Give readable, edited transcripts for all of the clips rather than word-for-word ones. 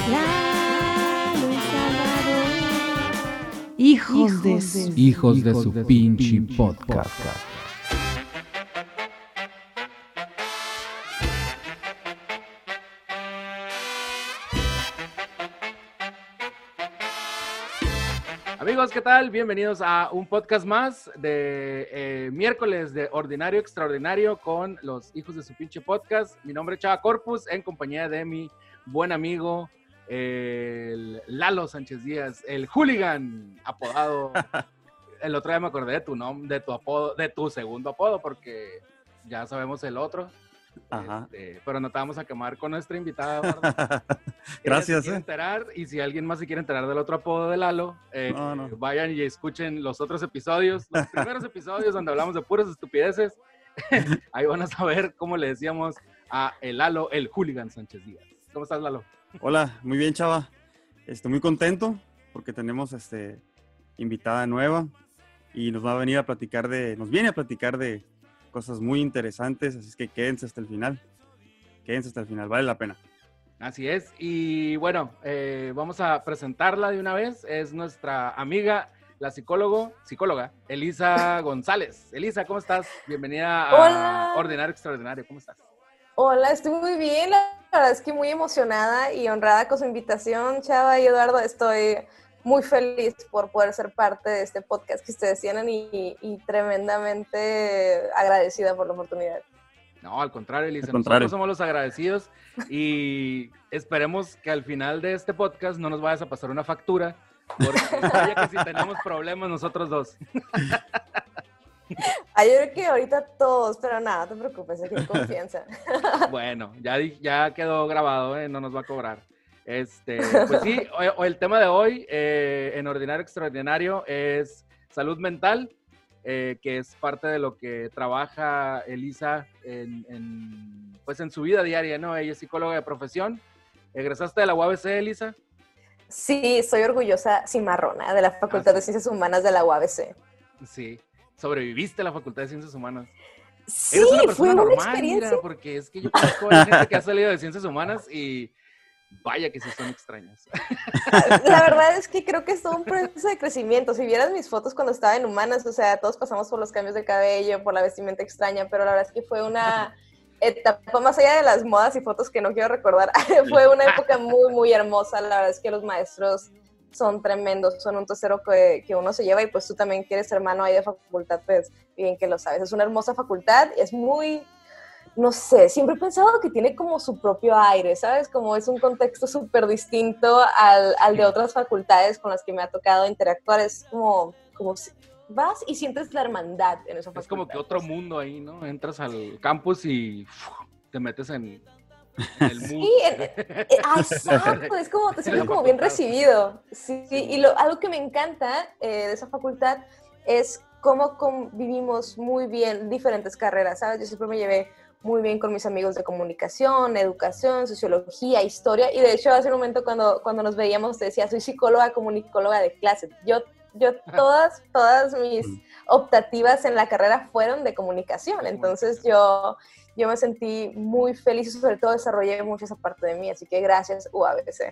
Lalo y Salvador. Hijos de su pinche podcast. Amigos, ¿qué tal? Bienvenidos a un podcast más de miércoles de Ordinario Extraordinario con los hijos de su pinche podcast. Mi nombre es Chava Corpus, en compañía de mi buen amigo, el Lalo Sánchez Díaz, el hooligan, apodado. El otro día me acordé de tu nombre, de tu apodo, de tu segundo apodo, porque ya sabemos el otro. Ajá. Pero no te vamos a quemar con nuestra invitada, ¿verdad? Gracias. Se quiere enterar, y si alguien más se quiere enterar del otro apodo de Lalo, No. vayan y escuchen los otros episodios, los primeros episodios donde hablamos de puras estupideces. Ahí van a saber cómo le decíamos a el Lalo, el hooligan Sánchez Díaz. ¿Cómo estás, Lalo? Hola, muy bien, Chava. Estoy muy contento porque tenemos invitada nueva y nos viene a platicar de cosas muy interesantes, así es que quédense hasta el final, vale la pena. Así es, y bueno, vamos a presentarla de una vez. Es nuestra amiga, la psicóloga, Elisa González. Elisa, ¿cómo estás? Bienvenida a Hola. Ordinario Extraordinario, ¿cómo estás? Hola, estoy muy bien, la verdad es que muy emocionada y honrada con su invitación, Chava y Eduardo. Estoy muy feliz por poder ser parte de este podcast que ustedes tienen y tremendamente agradecida por la oportunidad. No, al contrario, Elisa, contrario. nosotros somos los agradecidos y esperemos que al final de este podcast no nos vayas a pasar una factura, porque vaya que si tenemos problemas nosotros dos. Yo creo que ahorita todos, pero nada, no te preocupes, aquí hay confianza. Bueno, ya quedó grabado, no nos va a cobrar. Pues sí, el tema de hoy en Ordinario Extraordinario es salud mental, que es parte de lo que trabaja Elisa en su vida diaria, ¿no? Ella es psicóloga de profesión. ¿Egresaste de la UABC, Elisa? Sí, soy orgullosa cimarrona de la Facultad de Ciencias Humanas de la UABC. Sí, sobreviviste a la Facultad de Ciencias Humanas. Sí, Eres una persona fue una normal, experiencia. mira, porque es que yo conozco a gente que ha salido de Ciencias Humanas y vaya que sí son extrañas. La verdad es que creo que es todo un proceso de crecimiento. Si vieras mis fotos cuando estaba en Humanas, o sea, todos pasamos por los cambios de cabello, por la vestimenta extraña, pero la verdad es que fue una etapa, más allá de las modas y fotos que no quiero recordar, fue una época muy, muy hermosa. La verdad es que los maestros son tremendos, son un tesoro que uno se lleva, y pues tú también que eres hermano ahí de facultad, pues bien que lo sabes. Es una hermosa facultad, es muy... No sé, siempre he pensado que tiene como su propio aire, ¿sabes? Como es un contexto súper distinto al de otras facultades con las que me ha tocado interactuar. Es como si vas y sientes la hermandad en esa facultad. Es como que otro mundo ahí, ¿no? Entras al campus y te metes en el mood. Sí, exacto, es como te sientes como bien recibido. Sí, y algo que me encanta de esa facultad es cómo convivimos muy bien diferentes carreras, ¿sabes? Yo siempre me llevé muy bien con mis amigos de comunicación, educación, sociología, historia, y de hecho hace un momento cuando nos veíamos te decía, soy psicóloga, comunicóloga de clase. Yo todas mis optativas en la carrera fueron de comunicación, entonces yo me sentí muy feliz y sobre todo desarrollé mucho esa parte de mí, así que gracias UABC.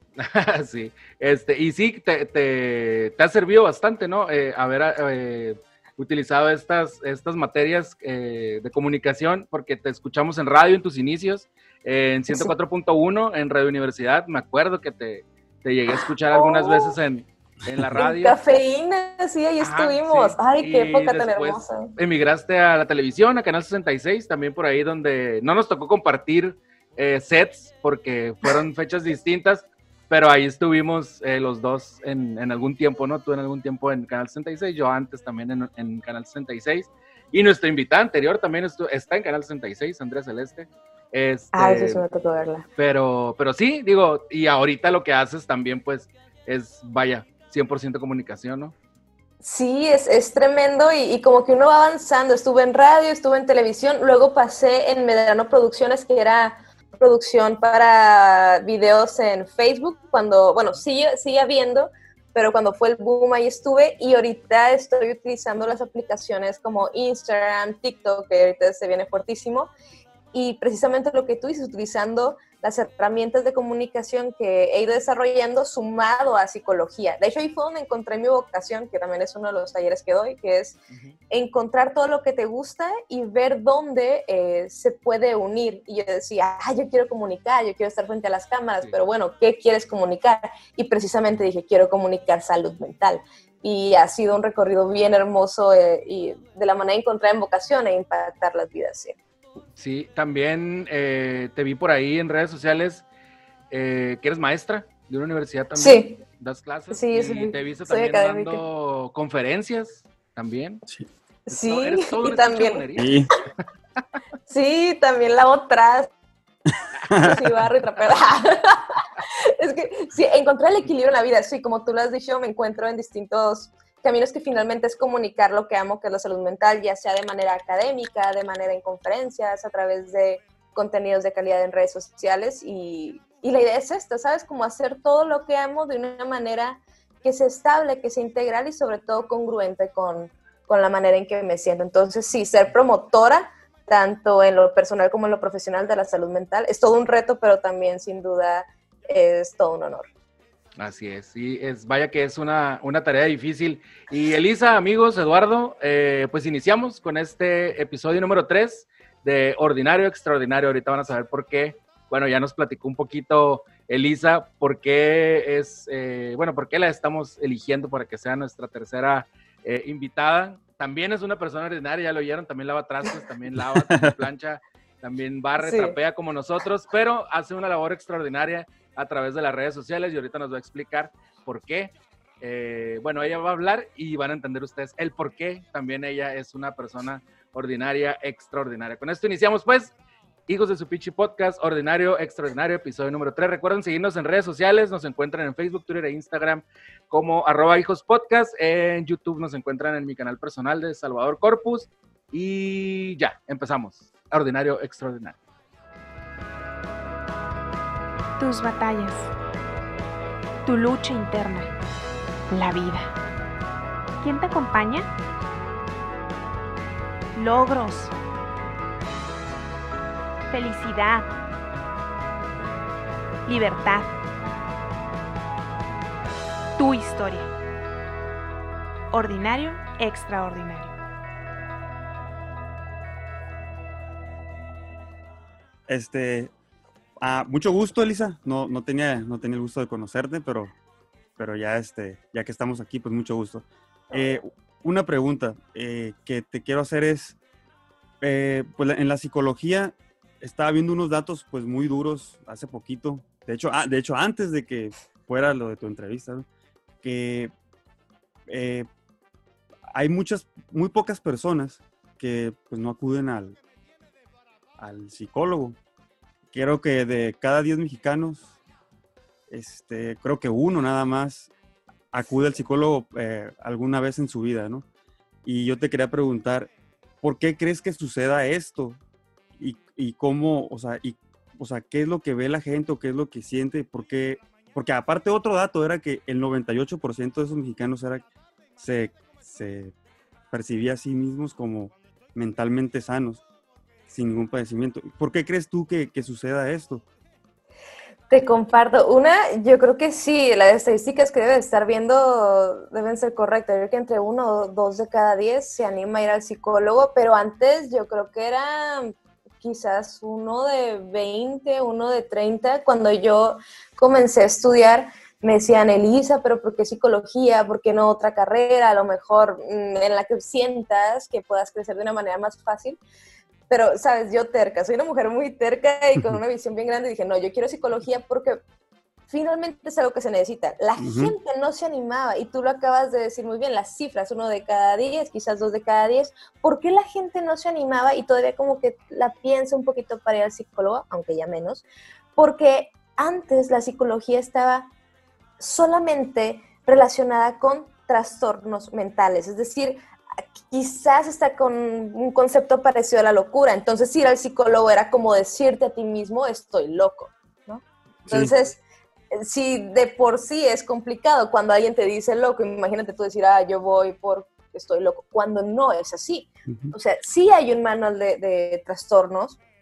Sí, y sí, te ha servido bastante, ¿no? Haber utilizado estas materias de comunicación, porque te escuchamos en radio en tus inicios, en 104.1 en Radio Universidad. Me acuerdo que te llegué a escuchar algunas veces en la radio. En Cafeína, sí, ahí estuvimos. Sí. Ay, qué época tan hermosa. Emigraste a la televisión, a Canal 66, también por ahí donde no nos tocó compartir sets, porque fueron fechas distintas, pero ahí estuvimos los dos en algún tiempo, ¿no? Tú en algún tiempo en Canal 66, yo antes también en Canal 66, y nuestra invitada anterior también está en Canal 66, Andrea Celeste. Ay, sí me tocó verla. Pero sí, digo, y ahorita lo que haces también, pues, es, vaya, 100% comunicación, ¿no? Sí, es tremendo y como que uno va avanzando. Estuve en radio, estuve en televisión, luego pasé en Medrano Producciones, que era producción para videos en Facebook, cuando, bueno, sigue habiendo, pero cuando fue el boom ahí estuve, y ahorita estoy utilizando las aplicaciones como Instagram, TikTok, que ahorita se viene fuertísimo, y precisamente lo que tú dices, utilizando las herramientas de comunicación que he ido desarrollando sumado a psicología. De hecho, ahí fue donde encontré mi vocación, que también es uno de los talleres que doy, que es encontrar todo lo que te gusta y ver dónde se puede unir. Y yo decía, yo quiero comunicar, yo quiero estar frente a las cámaras, pero bueno, ¿qué quieres comunicar? Y precisamente dije, quiero comunicar salud mental. Y ha sido un recorrido bien hermoso y de la manera de encontrar en vocación e impactar las vidas, sí. Sí, también te vi por ahí en redes sociales que eres maestra de una universidad también. Sí. Das clases. Sí, y te he visto también académica. dando conferencias también. Sí. Sí, Eres todo y un también. Sí. Sí, también lavo trastes y barro y trapeo. Es que sí, encontrar el equilibrio en la vida. Sí, como tú lo has dicho, me encuentro en distintos caminos que finalmente es comunicar lo que amo, que es la salud mental, ya sea de manera académica, de manera en conferencias, a través de contenidos de calidad en redes sociales. Y la idea es esta, ¿sabes? Como hacer todo lo que amo de una manera que sea estable, que sea integral y sobre todo congruente con la manera en que me siento. Entonces, sí, ser promotora, tanto en lo personal como en lo profesional de la salud mental, es todo un reto, pero también, sin duda, es todo un honor. Así es, sí, vaya que es una tarea difícil. Y Elisa, amigos, Eduardo, pues iniciamos con este episodio número 3 de Ordinario Extraordinario. Ahorita van a saber por qué. Bueno, ya nos platicó un poquito Elisa por qué por qué la estamos eligiendo para que sea nuestra tercera invitada. También es una persona ordinaria, ya lo oyeron, también lava trastes, también lava, también plancha, también barre, Sí. trapea como nosotros, pero hace una labor extraordinaria a través de las redes sociales y ahorita nos va a explicar por qué. Ella va a hablar y van a entender ustedes el por qué también ella es una persona ordinaria, extraordinaria. Con esto iniciamos pues, Hijos de su Pinche Podcast, Ordinario, Extraordinario, episodio número 3. Recuerden seguirnos en redes sociales, nos encuentran en Facebook, Twitter e Instagram como @hijospodcast. En YouTube nos encuentran en mi canal personal de Salvador Corpus. Y ya, empezamos. Ordinario, Extraordinario. Tus batallas, tu lucha interna, la vida. ¿Quién te acompaña? Logros, felicidad, libertad. Tu historia. Ordinario, extraordinario. Mucho gusto, Elisa. No tenía el gusto de conocerte, pero ya que estamos aquí, pues mucho gusto. Una pregunta que te quiero hacer es, pues en la psicología estaba viendo unos datos pues muy duros hace poquito. De hecho antes de que fuera lo de tu entrevista, ¿no? Que hay muy pocas personas que pues no acuden al psicólogo. Creo que de cada 10 mexicanos, creo que uno nada más acude al psicólogo alguna vez en su vida, ¿no? Y yo te quería preguntar, ¿por qué crees que suceda esto? Y cómo, ¿qué es lo que ve la gente o qué es lo que siente? Porque aparte otro dato era que el 98% de esos mexicanos se percibía a sí mismos como mentalmente sanos, sin ningún padecimiento. ¿Por qué crees tú que suceda esto? Te comparto. Yo creo que sí, las estadísticas que debes estar viendo deben ser correctas. Yo creo que entre 1 o 2 de cada 10 se anima a ir al psicólogo, pero antes yo creo que era quizás 1 de 20, 1 de 30. Cuando yo comencé a estudiar, me decían, Elisa, pero ¿por qué psicología? ¿Por qué no otra carrera? A lo mejor en la que sientas que puedas crecer de una manera más fácil. Pero, ¿sabes? Yo terca, soy una mujer muy terca y con una visión bien grande. Dije, no, yo quiero psicología porque finalmente es algo que se necesita. La gente no se animaba y tú lo acabas de decir muy bien, las cifras, 1 de cada 10, quizás 2 de cada 10. ¿Por qué la gente no se animaba? Y todavía como que la piensa un poquito para ir al psicólogo, aunque ya menos, porque antes la psicología estaba solamente relacionada con trastornos mentales, es decir, quizás está con un concepto parecido a la locura. Entonces ir al psicólogo era como decirte a ti mismo, estoy loco, ¿no? Entonces, si de por sí es complicado cuando alguien te dice loco, imagínate tú decir, yo voy porque estoy loco, cuando no es así. O sea, sí hay un manual de trastornos,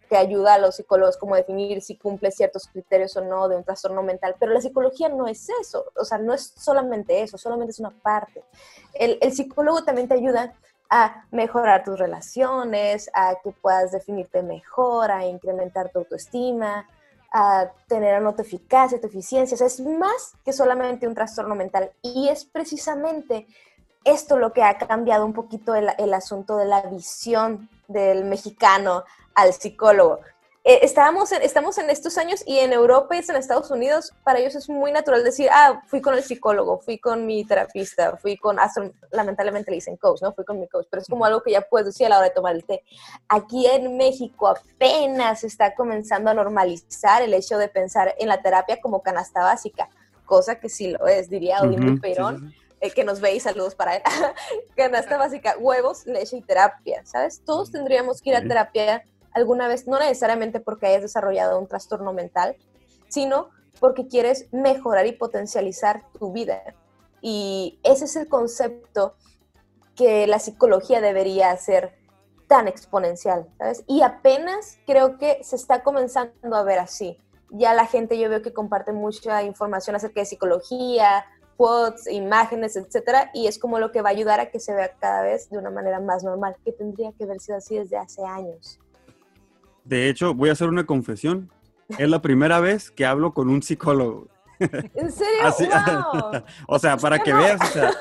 que ayuda a los psicólogos como a definir si cumple ciertos criterios o no de un trastorno mental, pero la psicología no es eso, o sea, no es solamente eso, solamente es una parte. El psicólogo también te ayuda a mejorar tus relaciones, a que puedas definirte mejor, a incrementar tu autoestima, a tener una autoeficacia, tu eficiencia. O sea, es más que solamente un trastorno mental. Y es precisamente esto lo que ha cambiado un poquito el asunto de la visión del mexicano al psicólogo. Estamos en estos años y en Europa y en Estados Unidos, para ellos es muy natural decir, fui con el psicólogo, fui con mi terapista, lamentablemente le dicen coach, ¿no? Fui con mi coach, pero es como algo que ya puedes decir a la hora de tomar el té. Aquí en México apenas está comenzando a normalizar el hecho de pensar en la terapia como canasta básica, cosa que sí lo es, diría Odín Peirón, que nos ve y saludos para él. Canasta básica, huevos, leche y terapia, ¿sabes? Todos tendríamos que ir a terapia alguna vez, no necesariamente porque hayas desarrollado un trastorno mental, sino porque quieres mejorar y potencializar tu vida. Y ese es el concepto que la psicología debería hacer tan exponencial, ¿sabes? Y apenas creo que se está comenzando a ver así. Ya la gente, yo veo que comparte mucha información acerca de psicología, quotes, imágenes, etcétera, y es como lo que va a ayudar a que se vea cada vez de una manera más normal, que tendría que haber sido así desde hace años. De hecho, voy a hacer una confesión. Es la primera vez que hablo con un psicólogo. ¿En serio? Así, ¡Wow! o sea, para que veas, o sea,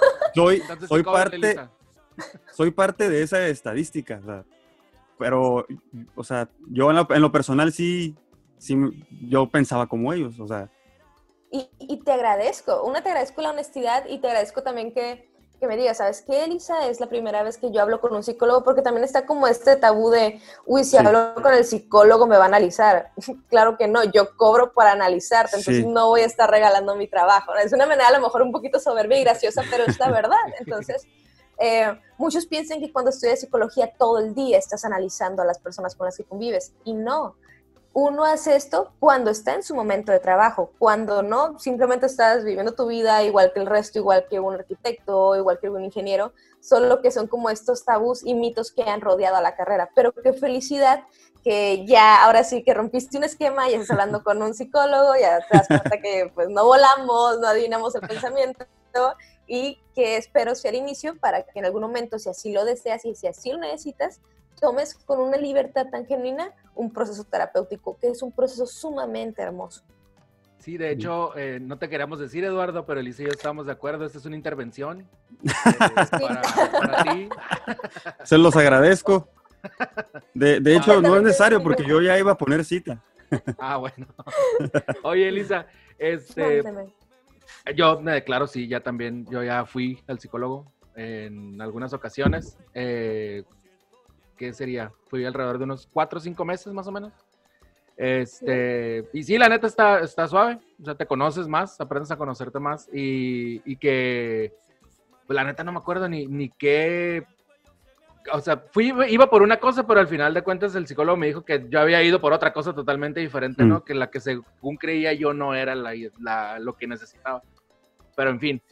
soy parte de esa estadística, o sea, pero, o sea, yo en lo personal sí, yo pensaba como ellos, o sea. Y te agradezco, te agradezco la honestidad y te agradezco también que me digas, ¿sabes qué, Elisa? Es la primera vez que yo hablo con un psicólogo, porque también está como este tabú de, si hablo con el psicólogo me va a analizar. Claro que no, yo cobro para analizarte, entonces no voy a estar regalando mi trabajo. Es una manera a lo mejor un poquito soberbia y graciosa, pero es la verdad. Entonces, muchos piensan que cuando estudias psicología todo el día estás analizando a las personas con las que convives, y no. Uno hace esto cuando está en su momento de trabajo, cuando no, simplemente estás viviendo tu vida igual que el resto, igual que un arquitecto, igual que un ingeniero, solo que son como estos tabús y mitos que han rodeado a la carrera. Pero qué felicidad que ya, ahora sí que rompiste un esquema, ya estás hablando con un psicólogo, ya te das cuenta que pues no volamos, no adivinamos el pensamiento, y que espero sea el inicio para que en algún momento, si así lo deseas y si así lo necesitas, tomes con una libertad tan genuina un proceso terapéutico, que es un proceso sumamente hermoso. Sí, de hecho, no te queríamos decir, Eduardo, pero Elisa y yo estábamos de acuerdo, esta es una intervención para ti. Se los agradezco. De hecho, no es necesario porque yo ya iba a poner cita. Bueno. Oye, Elisa, yo me declaro, sí, yo ya fui al psicólogo en algunas ocasiones. ¿Qué sería? Fui alrededor de unos 4 o 5 meses más o menos. Y sí, la neta está suave. O sea, te conoces más, aprendes a conocerte más. Y que, pues la neta no me acuerdo ni qué. O sea, iba por una cosa, pero al final de cuentas el psicólogo me dijo que yo había ido por otra cosa totalmente diferente, ¿no? Que la que según creía yo no era lo que necesitaba. Pero en fin,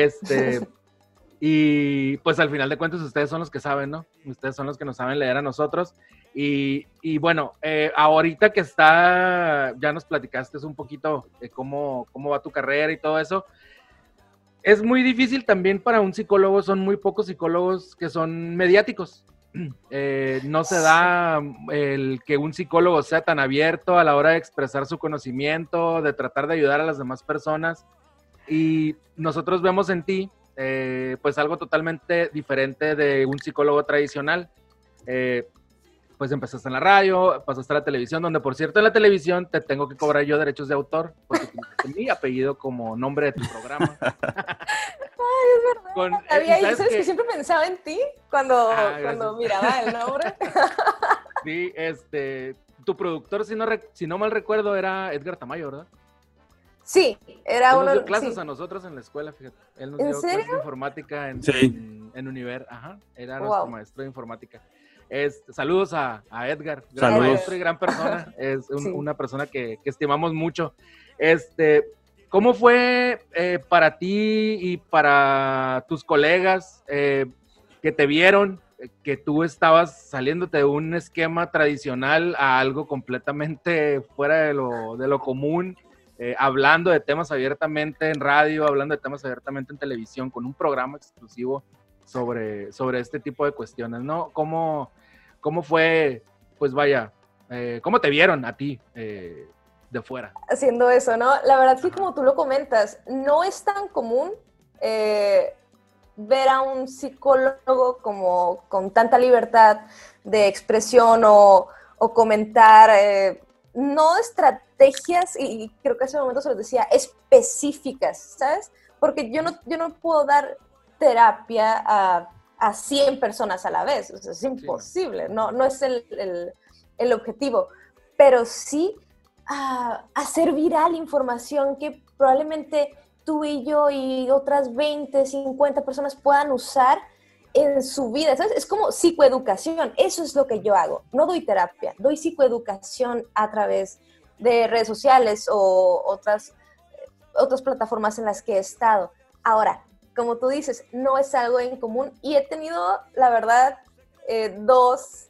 y pues al final de cuentas ustedes son los que saben, ¿no? Ustedes son los que nos saben leer a nosotros. Y bueno, ahorita que ya nos platicaste un poquito de cómo va tu carrera y todo eso. Es muy difícil también para un psicólogo, son muy pocos psicólogos que son mediáticos. No se da el que un psicólogo sea tan abierto a la hora de expresar su conocimiento, de tratar de ayudar a las demás personas. Y nosotros vemos en ti pues algo totalmente diferente de un psicólogo tradicional. Pues empezaste en la radio, pasaste a la televisión, donde por cierto en la televisión te tengo que cobrar yo derechos de autor, porque tienes mi apellido como nombre de tu programa. Ay, es verdad. ¿Sabes que siempre pensaba en ti cuando miraba el nombre? Sí, tu productor, si no mal recuerdo, era Edgar Tamayo, ¿verdad? Sí, era él uno. Nos dio clases a nosotros en la escuela, fíjate. Él nos dio clases de informática en Univer. Ajá, era nuestro maestro de informática. Saludos a Edgar, gran maestro y gran persona. Es una persona que estimamos mucho. ¿Cómo fue para ti y para tus colegas que te vieron que tú estabas saliéndote de un esquema tradicional a algo completamente fuera de lo común, hablando de temas abiertamente en radio, hablando de temas abiertamente en televisión, con un programa exclusivo sobre este tipo de cuestiones, ¿no? ¿Cómo fue, pues vaya, cómo te vieron a ti de fuera? Haciendo eso, ¿no? La verdad es que como tú lo comentas, no es tan común ver a un psicólogo como con tanta libertad de expresión o comentar, no estrategias, y creo que en ese momento se los decía, específicas, ¿sabes? Porque yo no puedo dar terapia a 100 personas a la vez, o sea, es imposible, no es el objetivo, pero sí hacer viral información que probablemente tú y yo y otras 20, 50 personas puedan usar en su vida, ¿sabes? Es como psicoeducación, eso es lo que yo hago. No doy terapia, doy psicoeducación a través de redes sociales o otras plataformas en las que he estado. Ahora, como tú dices, no es algo en común y he tenido, la verdad, dos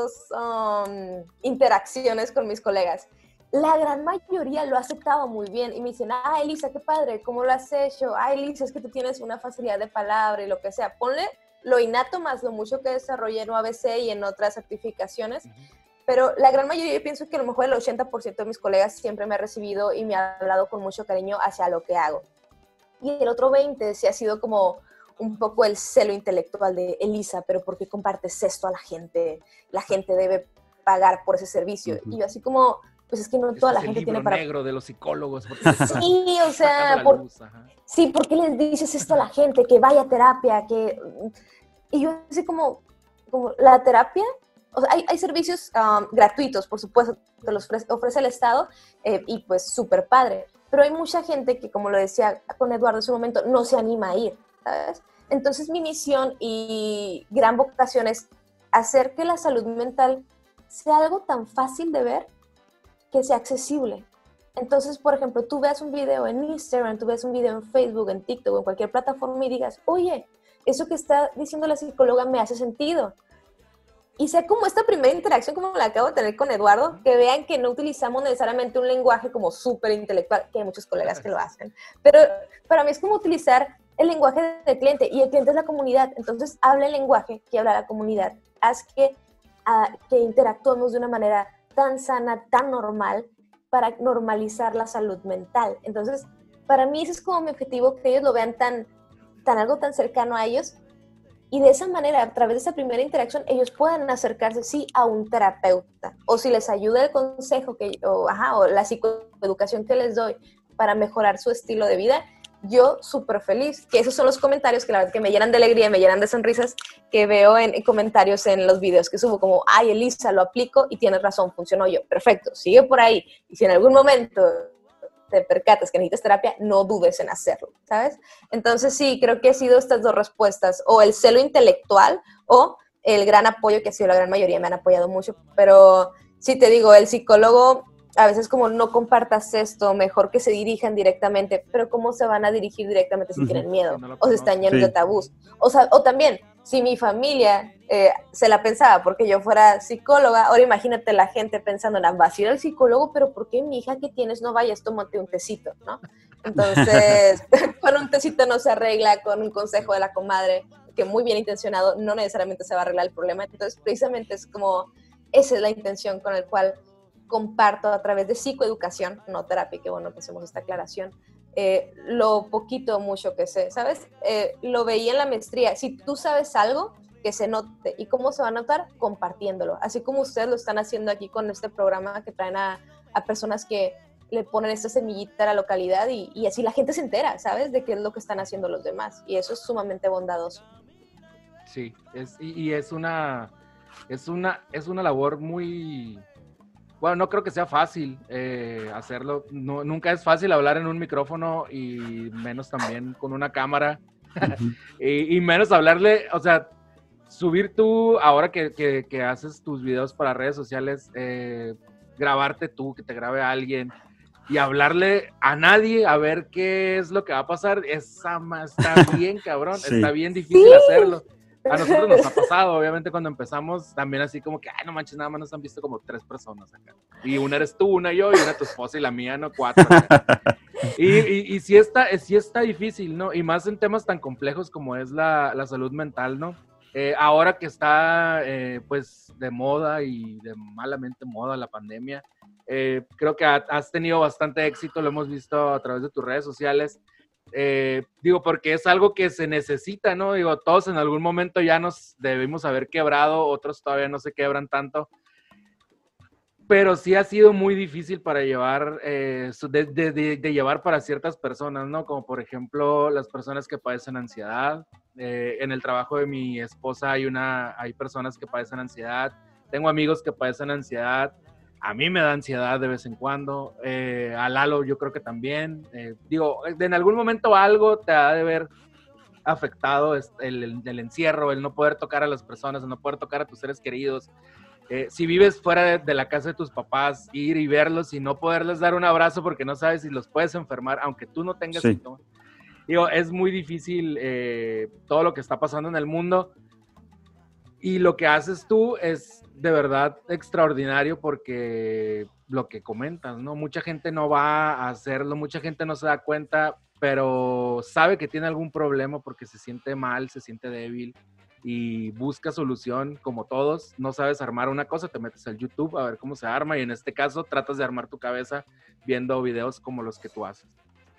interacciones con mis colegas. La gran mayoría lo ha aceptado muy bien y me dicen, Elisa, qué padre, ¿cómo lo has hecho? Elisa, es que tú tienes una facilidad de palabra y lo que sea. Ponle lo innato más lo mucho que desarrollé en UABC y en otras certificaciones, pero la gran mayoría, yo pienso que a lo mejor el 80% de mis colegas siempre me ha recibido y me ha hablado con mucho cariño hacia lo que hago. Y el otro 20% sí ha sido como un poco el celo intelectual de Elisa, pero ¿por qué compartes esto a la gente? La gente debe pagar por ese servicio. Y yo así como, pues es que no toda la gente tiene para... el libro negro de los psicólogos. Sí, o sea, sí, ¿por qué les dices esto a la gente? Que vaya a terapia, que... Y yo así como la terapia, o sea, hay servicios gratuitos, por supuesto, que los ofrece el Estado, y pues súper padre. Pero hay mucha gente que, como lo decía con Eduardo en su momento, no se anima a ir, ¿sabes? Entonces mi misión y gran vocación es hacer que la salud mental sea algo tan fácil de ver que sea accesible. Entonces, por ejemplo, tú veas un video en Instagram, tú veas un video en Facebook, en TikTok o en cualquier plataforma y digas, oye, eso que está diciendo la psicóloga me hace sentido. Y sea como esta primera interacción como la acabo de tener con Eduardo, que vean que no utilizamos necesariamente un lenguaje como súper intelectual, que hay muchos colegas que lo hacen, pero para mí es como utilizar el lenguaje del cliente, y el cliente es la comunidad, entonces habla el lenguaje que habla la comunidad, haz que interactuemos de una manera tan sana, tan normal, para normalizar la salud mental. Entonces, para mí ese es como mi objetivo, que ellos lo vean algo tan cercano a ellos, y de esa manera, a través de esa primera interacción, ellos puedan acercarse, sí, a un terapeuta, o si les ayuda el consejo o la psicoeducación que les doy para mejorar su estilo de vida, yo súper feliz, que esos son los comentarios que la verdad que me llenan de alegría, me llenan de sonrisas, que veo en comentarios en los videos que subo, como, Elisa, lo aplico y tienes razón, funcionó. Yo, perfecto, sigue por ahí, y si en algún momento te percatas que necesitas terapia, no dudes en hacerlo, ¿sabes? Entonces sí, creo que ha sido estas dos respuestas, o el celo intelectual, o el gran apoyo, que ha sido la gran mayoría, me han apoyado mucho, pero sí te digo, el psicólogo, a veces como no compartas esto, mejor que se dirijan directamente, pero ¿cómo se van a dirigir directamente si tienen miedo? O se están llenos de tabús. O también, si mi familia se la pensaba porque yo fuera psicóloga, ahora imagínate la gente pensando, vas a ir al psicólogo, pero ¿por qué mi hija que tienes no vayas? Tómate un tecito, ¿no? Entonces, con un tecito no se arregla, con un consejo de la comadre, que muy bien intencionado, no necesariamente se va a arreglar el problema. Entonces, precisamente es como, esa es la intención con la cual comparto a través de psicoeducación, no terapia, que bueno que hacemos esta aclaración, lo poquito o mucho que sé, ¿sabes? Lo veía en la maestría, si tú sabes algo, que se note. ¿Y cómo se va a notar? Compartiéndolo, así como ustedes lo están haciendo aquí con este programa, que traen a personas que le ponen esta semillita a la localidad y así la gente se entera, ¿sabes? De qué es lo que están haciendo los demás, y eso es sumamente bondadoso. Sí, es una labor muy... Bueno, no creo que sea fácil hacerlo. No, nunca es fácil hablar en un micrófono, y menos también con una cámara. y menos hablarle, o sea, subir tú, ahora que haces tus videos para redes sociales, grabarte tú, que te grabe alguien y hablarle a nadie a ver qué es lo que va a pasar. Está bien cabrón, sí. Está bien difícil hacerlo. A nosotros nos ha pasado, obviamente, cuando empezamos, también así como que, ay, no manches, nada más nos han visto como 3 personas acá. Y una eres tú, una yo, y una tu esposa, y la mía, no, 4. Y sí está difícil, ¿no? Y más en temas tan complejos como es la salud mental, ¿no? Ahora que está, pues, de moda y de malamente moda la pandemia, creo que has tenido bastante éxito, lo hemos visto a través de tus redes sociales. Digo, porque es algo que se necesita, ¿no? Digo, todos en algún momento ya nos debimos haber quebrado, otros todavía no se quebran tanto, pero sí ha sido muy difícil para llevar, de llevar para ciertas personas, ¿no? Como por ejemplo las personas que padecen ansiedad. En el trabajo de mi esposa hay personas que padecen ansiedad, tengo amigos que padecen ansiedad. A mí me da ansiedad de vez en cuando, a Lalo yo creo que también. Digo, en algún momento algo te ha de ver afectado el encierro, el no poder tocar a las personas, el no poder tocar a tus seres queridos. Si vives fuera de la casa de tus papás, ir y verlos y no poderles dar un abrazo porque no sabes si los puedes enfermar, aunque tú no tengas síntomas. Digo, es muy difícil todo lo que está pasando en el mundo. Y lo que haces tú es de verdad extraordinario porque lo que comentas, ¿no? Mucha gente no va a hacerlo, mucha gente no se da cuenta, pero sabe que tiene algún problema porque se siente mal, se siente débil y busca solución como todos. No sabes armar una cosa, te metes al YouTube a ver cómo se arma y en este caso tratas de armar tu cabeza viendo videos como los que tú haces.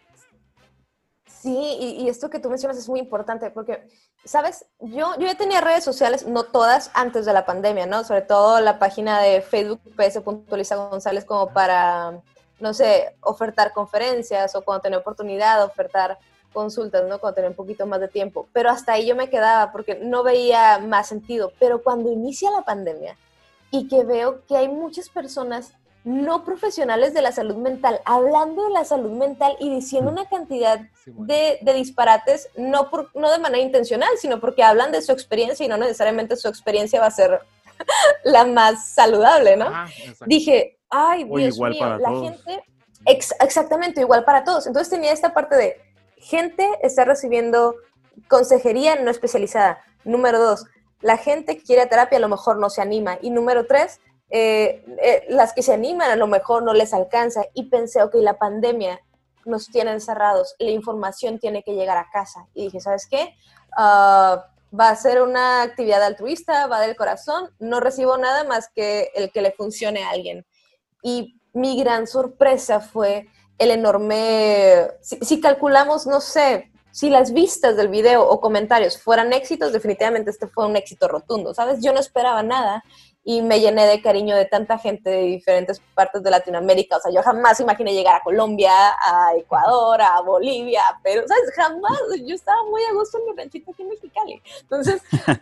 Sí, y esto que tú mencionas es muy importante porque, ¿sabes? Yo ya tenía redes sociales, no todas, antes de la pandemia, ¿no? Sobre todo la página de Facebook ps.lisa González como para, no sé, ofertar conferencias o cuando tenía oportunidad de ofertar consultas, ¿no? Cuando tenía un poquito más de tiempo. Pero hasta ahí yo me quedaba porque no veía más sentido. Pero cuando inicia la pandemia y que veo que hay muchas personas no profesionales de la salud mental, hablando de la salud mental y diciendo una cantidad de disparates, no de manera intencional, sino porque hablan de su experiencia y no necesariamente su experiencia va a ser la más saludable, ¿no? Dije, ay, Dios mío, la gente, exactamente, igual para todos. Entonces tenía esta parte de, gente está recibiendo consejería no especializada. Número 2, la gente que quiere terapia a lo mejor no se anima. Y número 3, las que se animan a lo mejor no les alcanza y pensé, ok, la pandemia nos tiene encerrados, la información tiene que llegar a casa y dije, ¿sabes qué? Va a ser una actividad altruista, va del corazón, no recibo nada más que el que le funcione a alguien. Y mi gran sorpresa fue el enorme, si calculamos, no sé, si las vistas del video o comentarios fueran éxitos, definitivamente este fue un éxito rotundo, ¿sabes? Yo no esperaba nada y me llené de cariño de tanta gente de diferentes partes de Latinoamérica. O sea, yo jamás imaginé llegar a Colombia, a Ecuador, a Bolivia, pero, ¿sabes? Jamás. Yo estaba muy a gusto en mi ranchito aquí en Mexicali. Entonces,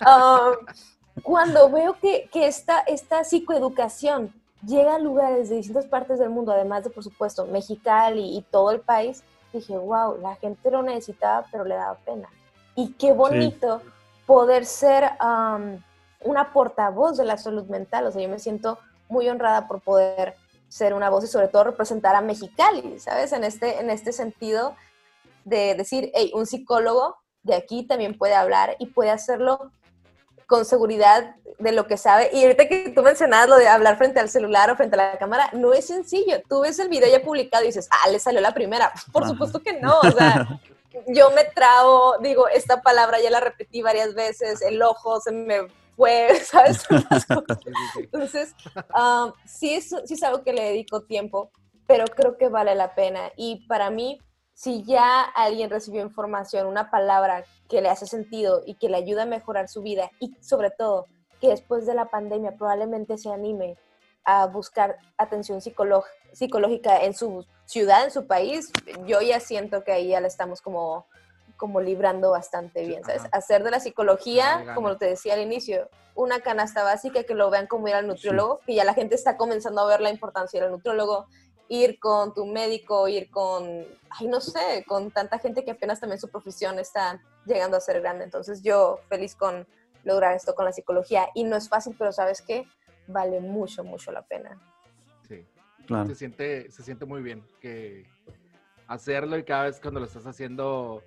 cuando veo que esta psicoeducación llega a lugares de distintas partes del mundo, además de, por supuesto, Mexicali y todo el país, dije, wow, la gente lo necesitaba, pero le daba pena. Y qué bonito poder ser una portavoz de la salud mental. O sea, yo me siento muy honrada por poder ser una voz y sobre todo representar a Mexicali, ¿sabes? En este sentido de decir, hey, un psicólogo de aquí también puede hablar y puede hacerlo con seguridad de lo que sabe. Y ahorita que tú mencionabas lo de hablar frente al celular o frente a la cámara, no es sencillo. Tú ves el video ya publicado y dices, le salió la primera. Por supuesto que no, o sea, yo me trabo, digo, esta palabra ya la repetí varias veces, el ojo se me fue, ¿sabes? Entonces, sí es algo que le dedico tiempo, pero creo que vale la pena. Y para mí, si ya alguien recibió información, una palabra que le hace sentido y que le ayuda a mejorar su vida y sobre todo que después de la pandemia probablemente se anime a buscar atención psicológica en su ciudad, en su país, yo ya siento que ahí ya la estamos como librando bastante bien, ¿sabes? Hacer de la psicología, como te decía al inicio, una canasta básica, que lo vean como ir al nutriólogo, que ya la gente está comenzando a ver la importancia del nutriólogo, ir con tu médico, ir con, no sé, con tanta gente que apenas también su profesión está llegando a ser grande. Entonces yo feliz con lograr esto con la psicología. Y no es fácil, pero ¿sabes qué? Vale mucho, mucho la pena. Sí, claro. Se siente muy bien que hacerlo y cada vez cuando lo estás haciendo,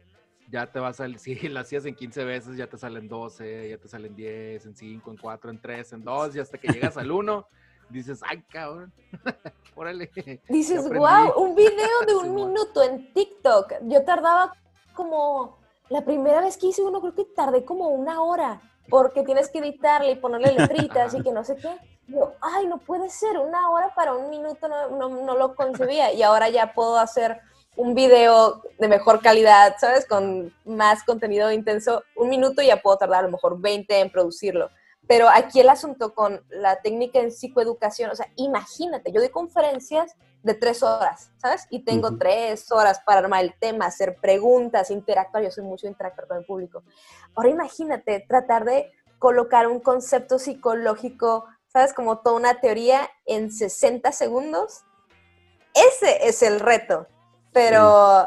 ya te va a salir, si lo hacías en 15 veces, ya te salen 12, ya te salen 10, en 5, en 4, en 3, en 2, y hasta que llegas al 1, dices, ay, cabrón, órale. Dices, wow, un video de un minuto en TikTok. Yo tardaba como, la primera vez que hice uno, creo que tardé como 1 hora, porque tienes que editarle y ponerle letritas y que no sé qué. Yo, ay, no puede ser, 1 hora para 1 minuto, no lo concebía. Y ahora ya puedo hacer un video de mejor calidad, ¿sabes? Con más contenido intenso. 1 minuto ya puedo tardar a lo mejor 20 en producirlo. Pero aquí el asunto con la técnica en psicoeducación, o sea, imagínate, yo doy conferencias de 3 horas, ¿sabes? Y tengo 3 horas para armar el tema, hacer preguntas, interactuar. Yo soy mucho interactuar con el público. Ahora imagínate tratar de colocar un concepto psicológico, ¿sabes? Como toda una teoría en 60 segundos. Ese es el reto, pero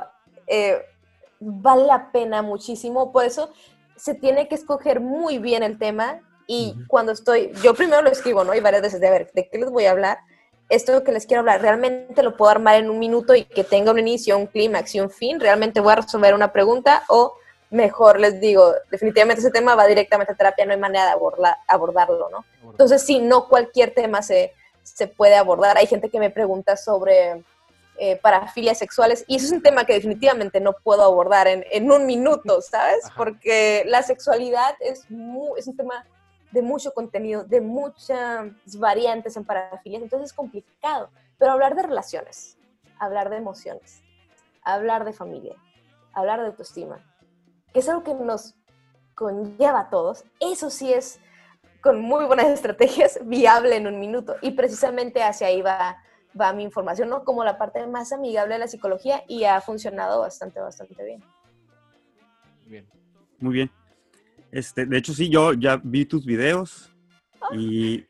vale la pena muchísimo. Por eso se tiene que escoger muy bien el tema. Y cuando yo primero lo escribo, ¿no? Y varias veces, de a ver, ¿de qué les voy a hablar? Esto que les quiero hablar, ¿realmente lo puedo armar en 1 minuto y que tenga un inicio, un clímax y un fin? ¿Realmente voy a resolver una pregunta? O mejor les digo, definitivamente ese tema va directamente a terapia, no hay manera de abordarlo, ¿no? Entonces, sí, no cualquier tema se puede abordar. Hay gente que me pregunta sobre parafilias sexuales, y eso es un tema que definitivamente no puedo abordar en 1 minuto, ¿sabes? Porque la sexualidad es un tema de mucho contenido, de muchas variantes en parafilias, entonces es complicado. Pero hablar de relaciones, hablar de emociones, hablar de familia, hablar de autoestima, que es algo que nos conlleva a todos, eso sí es, con muy buenas estrategias, viable en 1 minuto. Y precisamente hacia ahí va mi información, ¿no? Como la parte más amigable de la psicología, y ha funcionado bastante bien. Bien. Muy bien. De hecho, sí, yo ya vi tus videos y...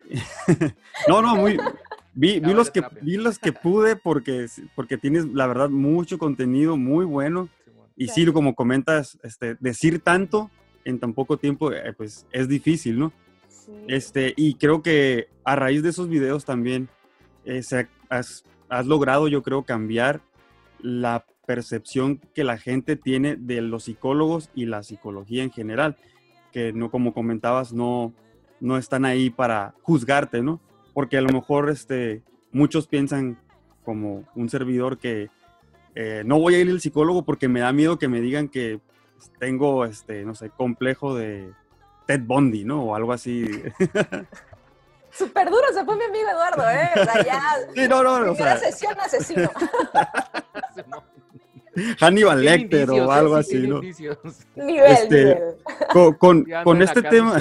vi los que pude porque tienes, la verdad, mucho contenido muy bueno. Y sí, como comentas, decir tanto en tan poco tiempo, pues es difícil, ¿no? Sí. Y creo que a raíz de esos videos también has logrado, yo creo, cambiar la percepción que la gente tiene de los psicólogos y la psicología en general, que no, como comentabas, no están ahí para juzgarte, ¿no? Porque a lo mejor muchos piensan, como un servidor, que no voy a ir al psicólogo porque me da miedo que me digan que tengo, no sé, complejo de Ted Bundy, ¿no? O algo así. Súper duro se fue mi amigo Eduardo, ¿eh? O sea, ya... Sí, no, o sea... sesión asesino. Hannibal Lecter o algo así, ¿no? Nivel. Con este tema...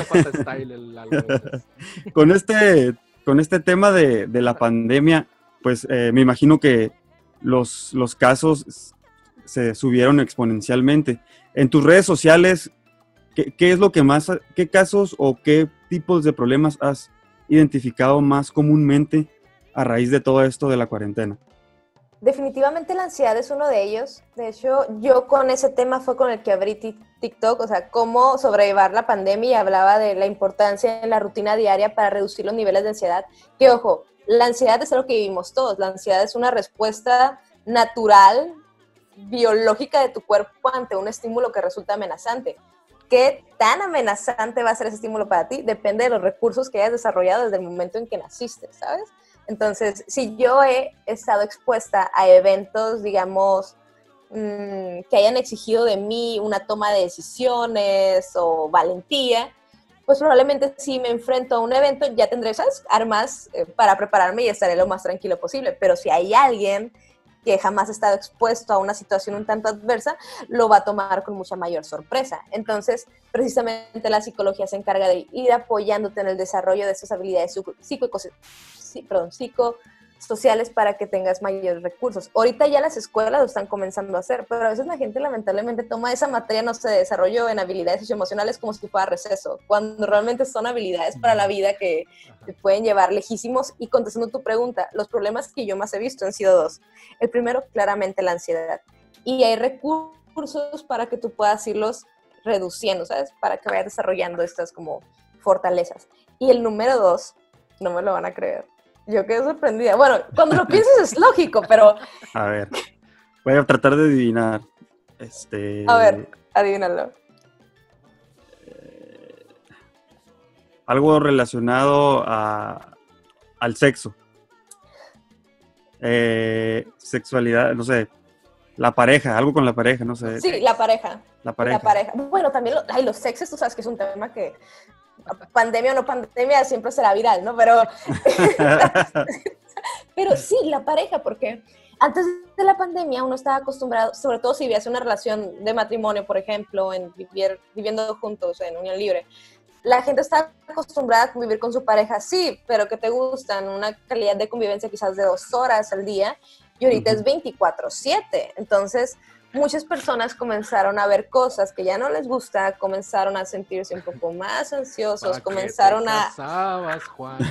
con este tema de la pandemia, pues me imagino que los casos se subieron exponencialmente. En tus redes sociales, ¿qué es lo que más, qué casos o qué tipos de problemas has identificado más comúnmente a raíz de todo esto de la cuarentena? Definitivamente la ansiedad es uno de ellos. De hecho, yo con ese tema fue con el que abrí TikTok, o sea, cómo sobrellevar la pandemia, y hablaba de la importancia en la rutina diaria para reducir los niveles de ansiedad. Que ojo, la ansiedad es algo que vivimos todos. La ansiedad es una respuesta natural, biológica de tu cuerpo ante un estímulo que resulta amenazante. ¿Qué tan amenazante va a ser ese estímulo para ti? Depende de los recursos que hayas desarrollado desde el momento en que naciste, ¿sabes? Entonces, si yo he estado expuesta a eventos, digamos, que hayan exigido de mí una toma de decisiones o valentía, pues probablemente si me enfrento a un evento ya tendré, ¿sabes?, armas para prepararme y estaré lo más tranquilo posible. Pero si hay alguien que jamás ha estado expuesto a una situación un tanto adversa, lo va a tomar con mucha mayor sorpresa. Entonces, precisamente la psicología se encarga de ir apoyándote en el desarrollo de estas habilidades psicosociales para que tengas mayores recursos. Ahorita ya las escuelas lo están comenzando a hacer, pero a veces la gente lamentablemente toma esa materia, no se desarrolló en habilidades socioemocionales como si fuera receso, cuando realmente son habilidades para la vida que te pueden llevar lejísimos. Y contestando tu pregunta, los problemas que yo más he visto han sido 2. El primero, claramente la ansiedad. Y hay recursos para que tú puedas irlos reduciendo, ¿sabes? Para que vayas desarrollando estas como fortalezas. Y el número 2, no me lo van a creer, yo quedé sorprendida. Bueno, cuando lo piensas es lógico, pero... A ver, voy a tratar de adivinar. A ver, adivínalo. Algo relacionado al sexo. Sexualidad, no sé. La pareja, algo con la pareja, no sé. Sí, la pareja. La pareja. La pareja. Bueno, también los sexos, tú sabes que es un tema que, pandemia o no pandemia, siempre será viral, ¿no? Pero sí, la pareja, porque antes de la pandemia uno estaba acostumbrado, sobre todo si vivías una relación de matrimonio, por ejemplo, viviendo juntos en unión libre, la gente está acostumbrada a convivir con su pareja, sí, pero que te gustan una calidad de convivencia quizás de 2 horas al día, y ahorita es 24/7. Entonces, muchas personas comenzaron a ver cosas que ya no les gusta, comenzaron a sentirse un poco más ansiosos, comenzaron casabas, Juan?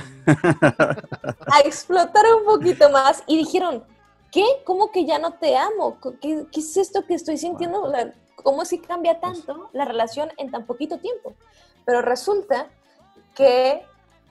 a explotar un poquito más y dijeron, ¿qué? ¿Cómo que ya no te amo? ¿Qué es esto que estoy sintiendo? ¿Cómo si cambia tanto la relación en tan poquito tiempo? Pero resulta que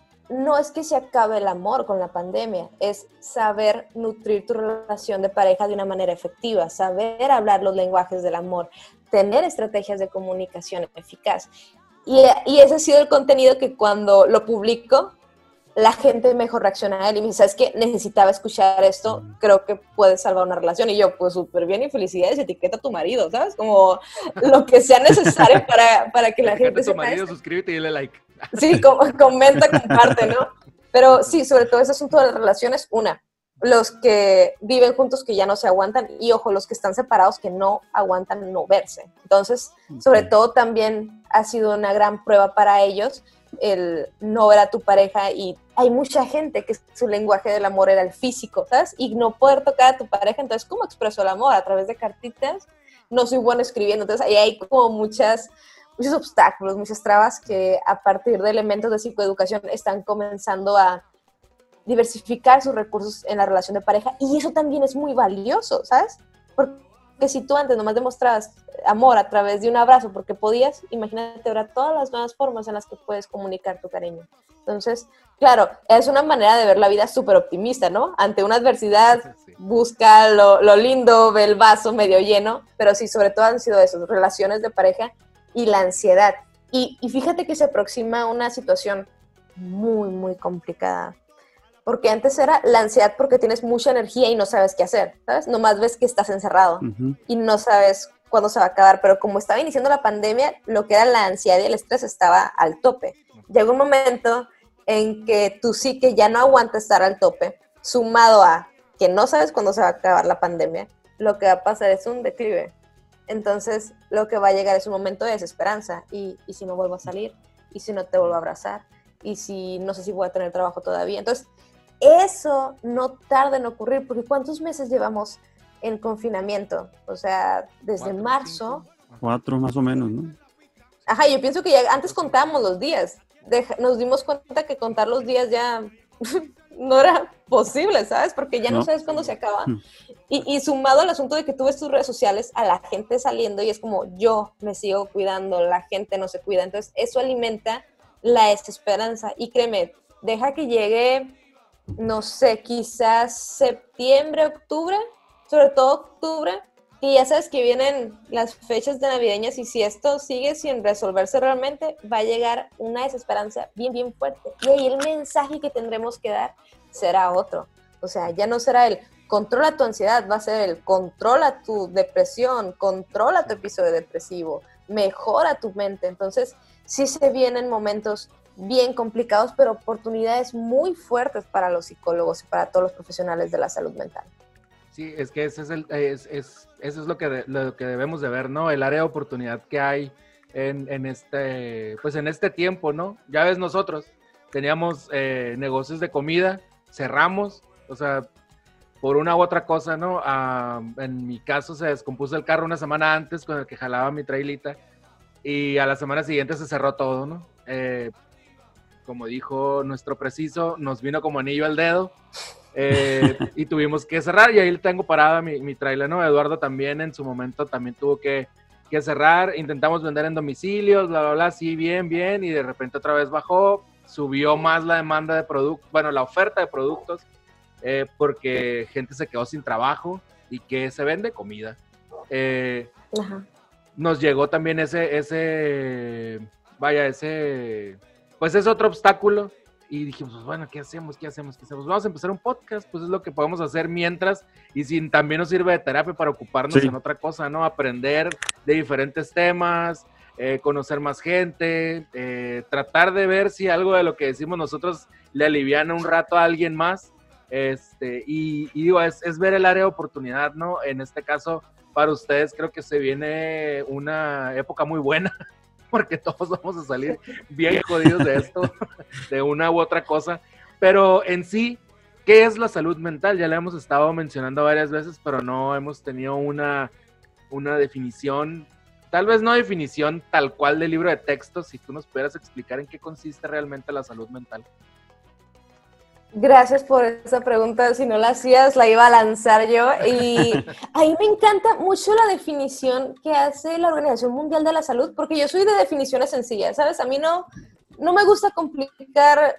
no es que se acabe el amor con la pandemia, es saber nutrir tu relación de pareja de una manera efectiva, saber hablar los lenguajes del amor, tener estrategias de comunicación eficaz. Y ese ha sido el contenido que cuando lo publico, la gente mejor reacciona a él y me dice, ¿sabes qué? Necesitaba escuchar esto, creo que puedes salvar una relación. Y yo, pues súper bien y felicidades, etiqueta a tu marido, ¿sabes? Como lo que sea necesario para que la gente sepa. Etiqueta a tu marido, suscríbete y dale like. Sí, comenta, comparte, ¿no? Pero sí, sobre todo ese asunto de las relaciones, los que viven juntos que ya no se aguantan y, ojo, los que están separados que no aguantan no verse. Entonces, sobre todo también ha sido una gran prueba para ellos el no ver a tu pareja, y hay mucha gente que su lenguaje del amor era el físico, ¿sabes? Y no poder tocar a tu pareja, entonces, ¿cómo expreso el amor? A través de cartitas, no soy buena escribiendo, entonces ahí hay como muchos obstáculos, muchas trabas que a partir de elementos de psicoeducación están comenzando a diversificar sus recursos en la relación de pareja, y eso también es muy valioso, ¿sabes? Porque si tú antes nomás demostrabas amor a través de un abrazo porque podías, imagínate ahora todas las nuevas formas en las que puedes comunicar tu cariño. Entonces, claro, es una manera de ver la vida súper optimista, ¿no? Ante una adversidad, busca lo lindo, ve el vaso medio lleno, pero sí, sobre todo han sido eso, relaciones de pareja y la ansiedad. Y fíjate que se aproxima una situación muy, muy complicada. Porque antes era la ansiedad porque tienes mucha energía y no sabes qué hacer, ¿sabes? Nomás ves que estás encerrado y no sabes cuándo se va a acabar. Pero como estaba iniciando la pandemia, lo que era la ansiedad y el estrés estaba al tope. Llega un momento en que tu psique ya no aguanta estar al tope, sumado a que no sabes cuándo se va a acabar la pandemia, lo que va a pasar es un declive. Entonces, lo que va a llegar es un momento de desesperanza. ¿Y si no vuelvo a salir? ¿Y si no te vuelvo a abrazar? ¿Y si no sé si voy a tener trabajo todavía? Entonces, eso no tarda en ocurrir, porque ¿cuántos meses llevamos en confinamiento? O sea, desde marzo. 4 más o menos, ¿no? Ajá, yo pienso que ya antes contábamos los días. Nos dimos cuenta que contar los días ya no era posible, ¿sabes? Porque ya no sabes cuándo se acaba. Y sumado al asunto de que tú ves tus redes sociales a la gente saliendo y es como, yo me sigo cuidando, la gente no se cuida. Entonces, eso alimenta la desesperanza. Y créeme, deja que llegue, no sé, quizás septiembre, octubre, sobre todo octubre, y ya sabes que vienen las fechas de navideñas, y si esto sigue sin resolverse realmente, va a llegar una desesperanza bien, bien fuerte. Y ahí el mensaje que tendremos que dar será otro. O sea, ya no será el controla tu ansiedad, va a ser el controla tu depresión, controla tu episodio depresivo, mejora tu mente. Entonces, sí se vienen momentos bien complicados, pero oportunidades muy fuertes para los psicólogos y para todos los profesionales de la salud mental. Sí, es que eso es lo que debemos de ver, ¿no? El área de oportunidad que hay en este tiempo, ¿no? Ya ves, nosotros teníamos negocios de comida, cerramos, o sea, por una u otra cosa, ¿no? En mi caso se descompuso el carro una semana antes con el que jalaba mi trailita, y a la semana siguiente se cerró todo, ¿no? Como dijo nuestro preciso, nos vino como anillo al dedo, y tuvimos que cerrar, y ahí tengo parada mi trailer, ¿no? Eduardo también en su momento también tuvo que cerrar, intentamos vender en domicilios, bla, bla, bla, sí, bien, y de repente otra vez bajó, subió más la demanda de productos, bueno, la oferta de productos, porque gente se quedó sin trabajo, y ¿qué se vende? Comida. Ajá. Nos llegó también pues es otro obstáculo y dijimos, pues, bueno, ¿qué hacemos? Vamos a empezar un podcast, pues es lo que podemos hacer mientras y si también nos sirve de terapia para ocuparnos en otra cosa, ¿no? Aprender de diferentes temas, conocer más gente, tratar de ver si algo de lo que decimos nosotros le aliviana un rato a alguien más, y digo, es ver el área de oportunidad, ¿no? En este caso, para ustedes creo que se viene una época muy buena, porque todos vamos a salir bien jodidos de esto, de una u otra cosa, pero en sí, ¿qué es la salud mental? Ya la hemos estado mencionando varias veces, pero no hemos tenido una definición, tal vez no definición tal cual del libro de texto, si tú nos pudieras explicar en qué consiste realmente la salud mental. Gracias por esa pregunta, si no la hacías la iba a lanzar yo, y a mí me encanta mucho la definición que hace la Organización Mundial de la Salud, porque yo soy de definiciones sencillas, ¿sabes? A mí no me gusta complicar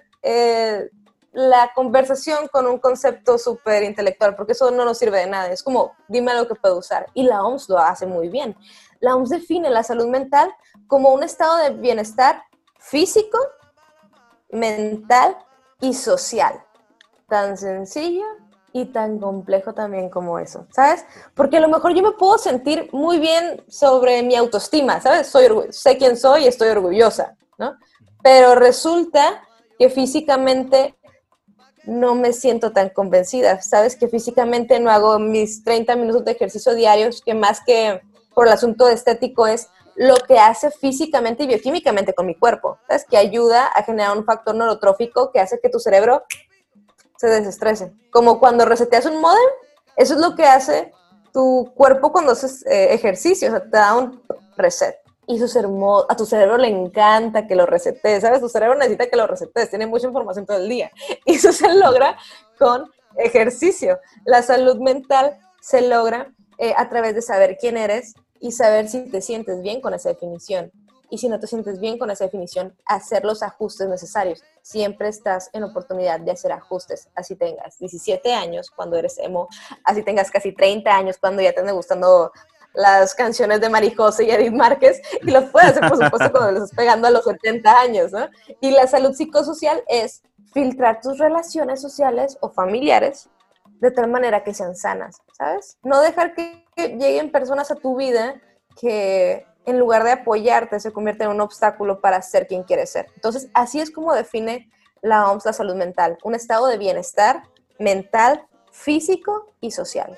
la conversación con un concepto súper intelectual, porque eso no nos sirve de nada, es como, dime algo que puedo usar, y la OMS lo hace muy bien. La OMS define la salud mental como un estado de bienestar físico, mental y social. Tan sencillo y tan complejo también como eso, ¿sabes? Porque a lo mejor yo me puedo sentir muy bien sobre mi autoestima, ¿sabes? Sé quién soy y estoy orgullosa, ¿no? Pero resulta que físicamente no me siento tan convencida, ¿sabes? Que físicamente no hago mis 30 minutos de ejercicio diarios, que más que por el asunto estético es lo que hace físicamente y bioquímicamente con mi cuerpo, ¿sabes? Que ayuda a generar un factor neurotrófico que hace que tu cerebro se desestrese. Como cuando reseteas un módem, eso es lo que hace tu cuerpo cuando haces ejercicio, o sea, te da un reset. Y a tu cerebro le encanta que lo resetees, ¿sabes? Tu cerebro necesita que lo resetees, tiene mucha información todo el día. Y eso se logra con ejercicio. La salud mental se logra a través de saber quién eres y saber si te sientes bien con esa definición. Y si no te sientes bien con esa definición, hacer los ajustes necesarios. Siempre estás en oportunidad de hacer ajustes. Así tengas 17 años cuando eres emo, así tengas casi 30 años cuando ya te andan gustando las canciones de Marijosa y Edith Márquez, y lo puedes hacer, por supuesto, cuando le estás pegando a los 70 años, ¿no? Y la salud psicosocial es filtrar tus relaciones sociales o familiares de tal manera que sean sanas, ¿sabes? No dejar que lleguen personas a tu vida que en lugar de apoyarte se convierten en un obstáculo para ser quien quieres ser. Entonces, así es como define la OMS la salud mental, un estado de bienestar mental, físico y social.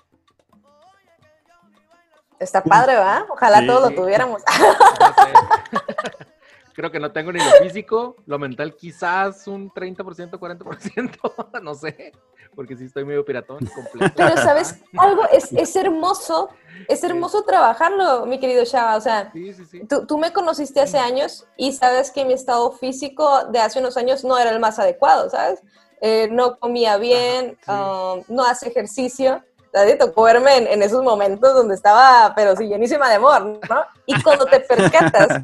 Está padre, ¿verdad? Ojalá Sí. todos lo tuviéramos. No sé. Creo que no tengo ni lo físico, lo mental quizás un 30%, 40%, no sé, porque sí estoy medio piratón, completo. Pero, ¿sabes algo? Es hermoso trabajarlo, mi querido Chava. O sea, Sí. tú me conociste hace años y sabes que mi estado físico de hace unos años no era el más adecuado, ¿sabes? No comía bien, no hace ejercicio. Te tocó verme en esos momentos donde estaba, pero sí, llenísima de amor, ¿no? Y cuando te percatas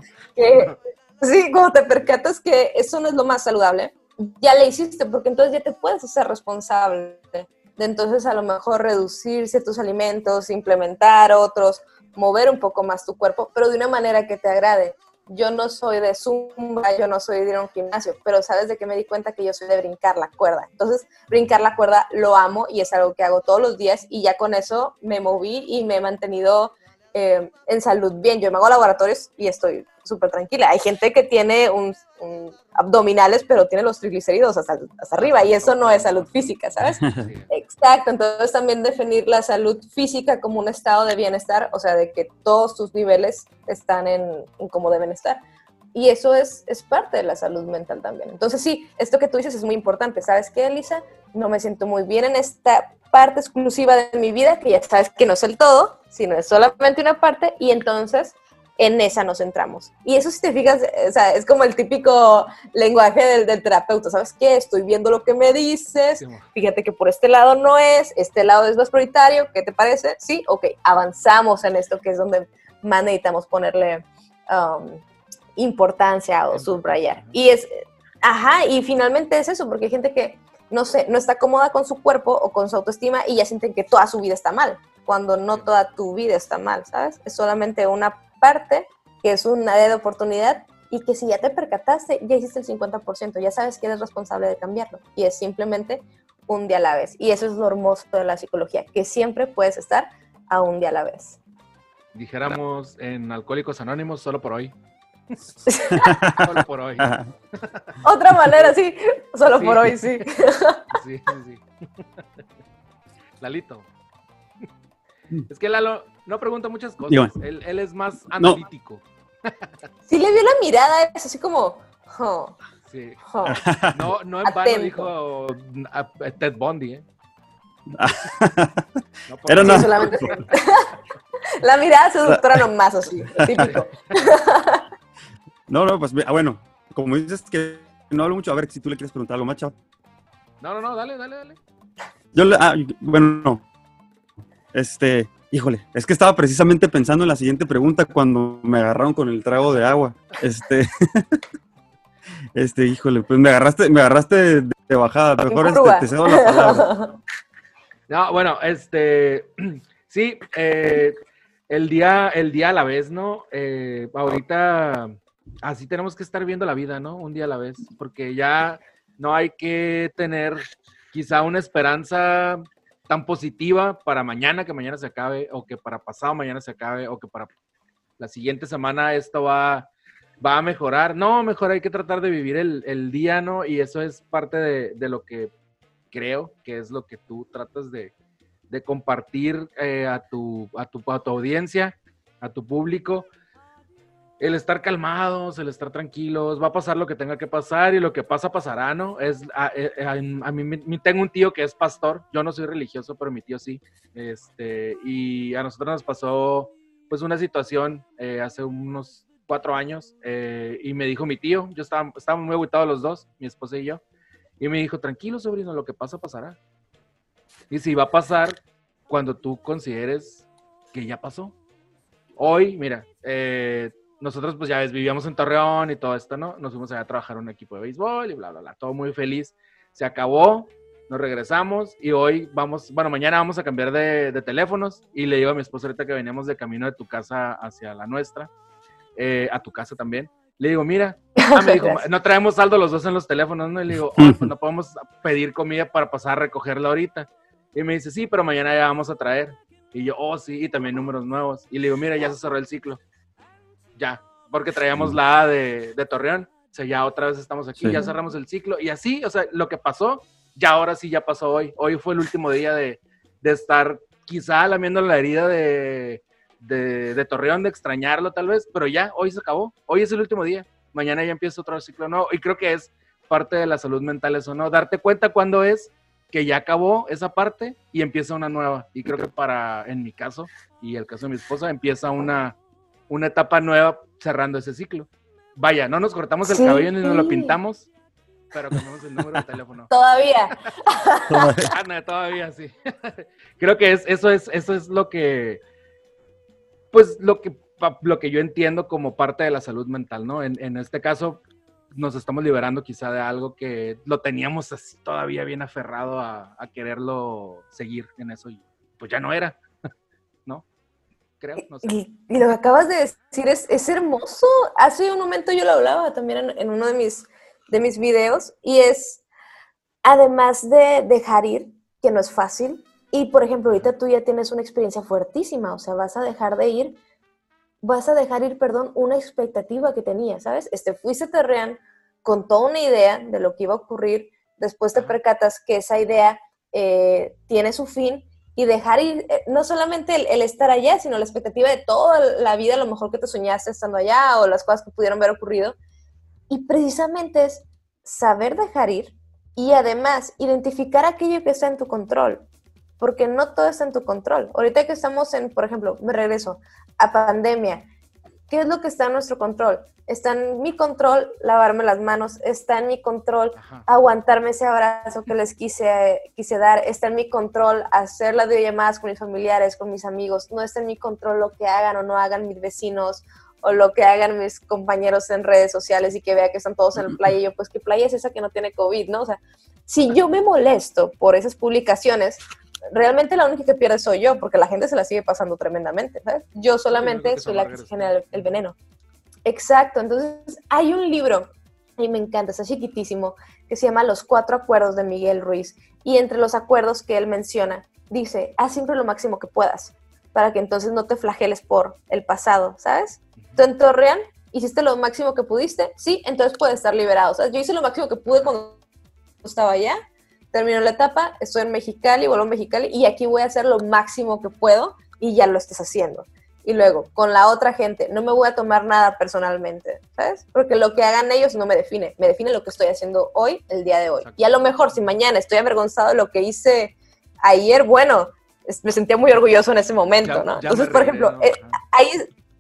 que eso no es lo más saludable, ya le hiciste, porque entonces ya te puedes hacer responsable de entonces a lo mejor reducir ciertos alimentos, implementar otros, mover un poco más tu cuerpo, pero de una manera que te agrade. Yo no soy de zumba, yo no soy de ir a un gimnasio, pero ¿sabes de qué me di cuenta? Que yo soy de brincar la cuerda. Entonces, brincar la cuerda lo amo y es algo que hago todos los días y ya con eso me moví y me he mantenido en salud bien. Yo me hago laboratorios y estoy súper tranquila. Hay gente que tiene abdominales, pero tiene los triglicéridos hasta arriba y eso no es salud física, ¿sabes? Exacto, entonces también definir la salud física como un estado de bienestar, o sea, de que todos tus niveles están en cómo deben estar. Y eso es parte de la salud mental también. Entonces sí, esto que tú dices es muy importante. ¿Sabes qué, Elisa? No me siento muy bien en esta parte exclusiva de mi vida, que ya sabes que no es el todo, sino es solamente una parte, y entonces en esa nos centramos. Y eso, si te fijas, o sea, es como el típico lenguaje del terapeuta. ¿Sabes qué? Estoy viendo lo que me dices, fíjate que por este lado no es, este lado es más prioritario, ¿qué te parece? Sí, ok, avanzamos en esto, que es donde más necesitamos ponerle importancia o subrayar. Y y finalmente es eso, porque hay gente que, no sé, no está cómoda con su cuerpo o con su autoestima y ya sienten que toda su vida está mal. cuando no toda tu vida está mal, ¿sabes? Es solamente una parte que es un área de oportunidad y que si ya te percataste, ya hiciste el 50%, ya sabes que eres responsable de cambiarlo y es simplemente un día a la vez. Y eso es lo hermoso de la psicología, que siempre puedes estar a un día a la vez. Dijéramos en Alcohólicos Anónimos, solo por hoy. Solo por hoy. Otra manera, sí, solo Sí. por hoy, sí. Sí. Lalito. Es que Lalo no pregunta muchas cosas. Dígame. Él es más analítico. Sí le vio la mirada, es así como... oh, Sí. oh. No en vano Atento. dijo Ted Bundy, ¿eh? No por Era nada. Sí, solamente... La mirada seductora nomás, así, típico. No, pues bueno, como dices que no hablo mucho, a ver si tú le quieres preguntar algo más, chavo. No, dale. Bueno, no. Híjole, es que estaba precisamente pensando en la siguiente pregunta cuando me agarraron con el trago de agua. Híjole, pues me agarraste de bajada. Mejor te cedo la palabra. No, bueno, sí, el día a la vez, ¿no? Ahorita así tenemos que estar viendo la vida, ¿no? Un día a la vez, porque ya no hay que tener quizá una esperanza tan positiva para mañana, que mañana se acabe, o que para pasado mañana se acabe, o que para la siguiente semana esto va a mejorar. No, mejor hay que tratar de vivir el día, ¿no? Y eso es parte de lo que creo que es lo que tú tratas de compartir a tu audiencia, a tu público. El estar calmados, el estar tranquilos, va a pasar lo que tenga que pasar y lo que pasa, pasará, ¿no? A mí tengo un tío que es pastor, yo no soy religioso, pero mi tío sí, y a nosotros nos pasó pues una situación hace unos 4 años y me dijo mi tío, estábamos muy agüitados los dos, mi esposa y yo, y me dijo, tranquilo sobrino, lo que pasa, pasará. Y si va a pasar cuando tú consideres que ya pasó. Hoy, mira, nosotros pues ya ves, vivíamos en Torreón y todo esto, ¿no? Nos fuimos allá a trabajar en un equipo de béisbol y bla, bla, bla. Todo muy feliz. Se acabó, nos regresamos y hoy mañana vamos a cambiar de teléfonos y le digo a mi esposa ahorita que veníamos de camino de tu casa hacia la nuestra, a tu casa también. Le digo, mira, me dijo, no traemos saldo los dos en los teléfonos, ¿no? Y le digo, pues no podemos pedir comida para pasar a recogerla ahorita. Y me dice, sí, pero mañana ya vamos a traer. Y yo, sí, y también números nuevos. Y le digo, mira, ya se cerró el ciclo. Ya, porque traíamos la A de Torreón. O sea, ya otra vez estamos aquí, Sí. ya cerramos el ciclo. Y así, o sea, lo que pasó, ya ahora sí ya pasó hoy. Hoy fue el último día de estar quizá lamiendo la herida de Torreón, de extrañarlo tal vez, pero ya, hoy se acabó. Hoy es el último día. Mañana ya empieza otro ciclo nuevo. Y creo que es parte de la salud mental eso, ¿no? Darte cuenta cuándo es que ya acabó esa parte y empieza una nueva. Y creo que en mi caso, y el caso de mi esposa, empieza una etapa nueva cerrando ese ciclo. Vaya, no nos cortamos el cabello ni nos lo pintamos, pero cambiamos el número de teléfono. Todavía. No, todavía sí. Creo que eso es lo que, pues lo que yo entiendo como parte de la salud mental, ¿no? En este caso, nos estamos liberando quizá de algo que lo teníamos así todavía bien aferrado a quererlo seguir en eso y pues ya no era, ¿no? Creo, no sé. Y lo que acabas de decir es hermoso. Hace un momento yo lo hablaba también en uno de mis videos y es, además de dejar ir, que no es fácil, y por ejemplo ahorita tú ya tienes una experiencia fuertísima, o sea, vas a dejar ir, una expectativa que tenías, ¿sabes? Fuiste a Torreón con toda una idea de lo que iba a ocurrir, después te percatas que esa idea tiene su fin, y dejar ir, no solamente el estar allá, sino la expectativa de toda la vida, a lo mejor que te soñaste estando allá, o las cosas que pudieron haber ocurrido, y precisamente es saber dejar ir, y además identificar aquello que está en tu control, porque no todo está en tu control. Ahorita que estamos por ejemplo, me regreso a pandemia, ¿qué es lo que está en nuestro control? Está en mi control lavarme las manos, está en mi control aguantarme ese abrazo que les quise dar, está en mi control hacer las videollamadas con mis familiares, con mis amigos, no está en mi control lo que hagan o no hagan mis vecinos o lo que hagan mis compañeros en redes sociales y que vea que están todos en la playa y yo, pues, ¿qué playa es esa que no tiene COVID, no? O sea, si yo me molesto por esas publicaciones, realmente la única que pierde soy yo, porque la gente se la sigue pasando tremendamente, ¿sabes? Yo solamente soy la que se genera el veneno. Exacto, entonces hay un libro, y me encanta, está chiquitísimo, que se llama Los 4 Acuerdos de Miguel Ruiz, y entre los acuerdos que él menciona, dice, haz siempre lo máximo que puedas, para que entonces no te flageles por el pasado, ¿sabes? Tú en Torreón hiciste lo máximo que pudiste, sí, entonces puedes estar liberado. O sea, yo hice lo máximo que pude cuando estaba allá, terminó la etapa, estoy en Mexicali, vuelvo a Mexicali, y aquí voy a hacer lo máximo que puedo, y ya lo estás haciendo. Y luego, con la otra gente, no me voy a tomar nada personalmente, ¿sabes? Porque lo que hagan ellos no me define lo que estoy haciendo hoy, el día de hoy. Y a lo mejor, si mañana estoy avergonzado de lo que hice ayer, bueno, me sentía muy orgulloso en ese momento, ¿no? Entonces, por ejemplo, ¿no? Ahí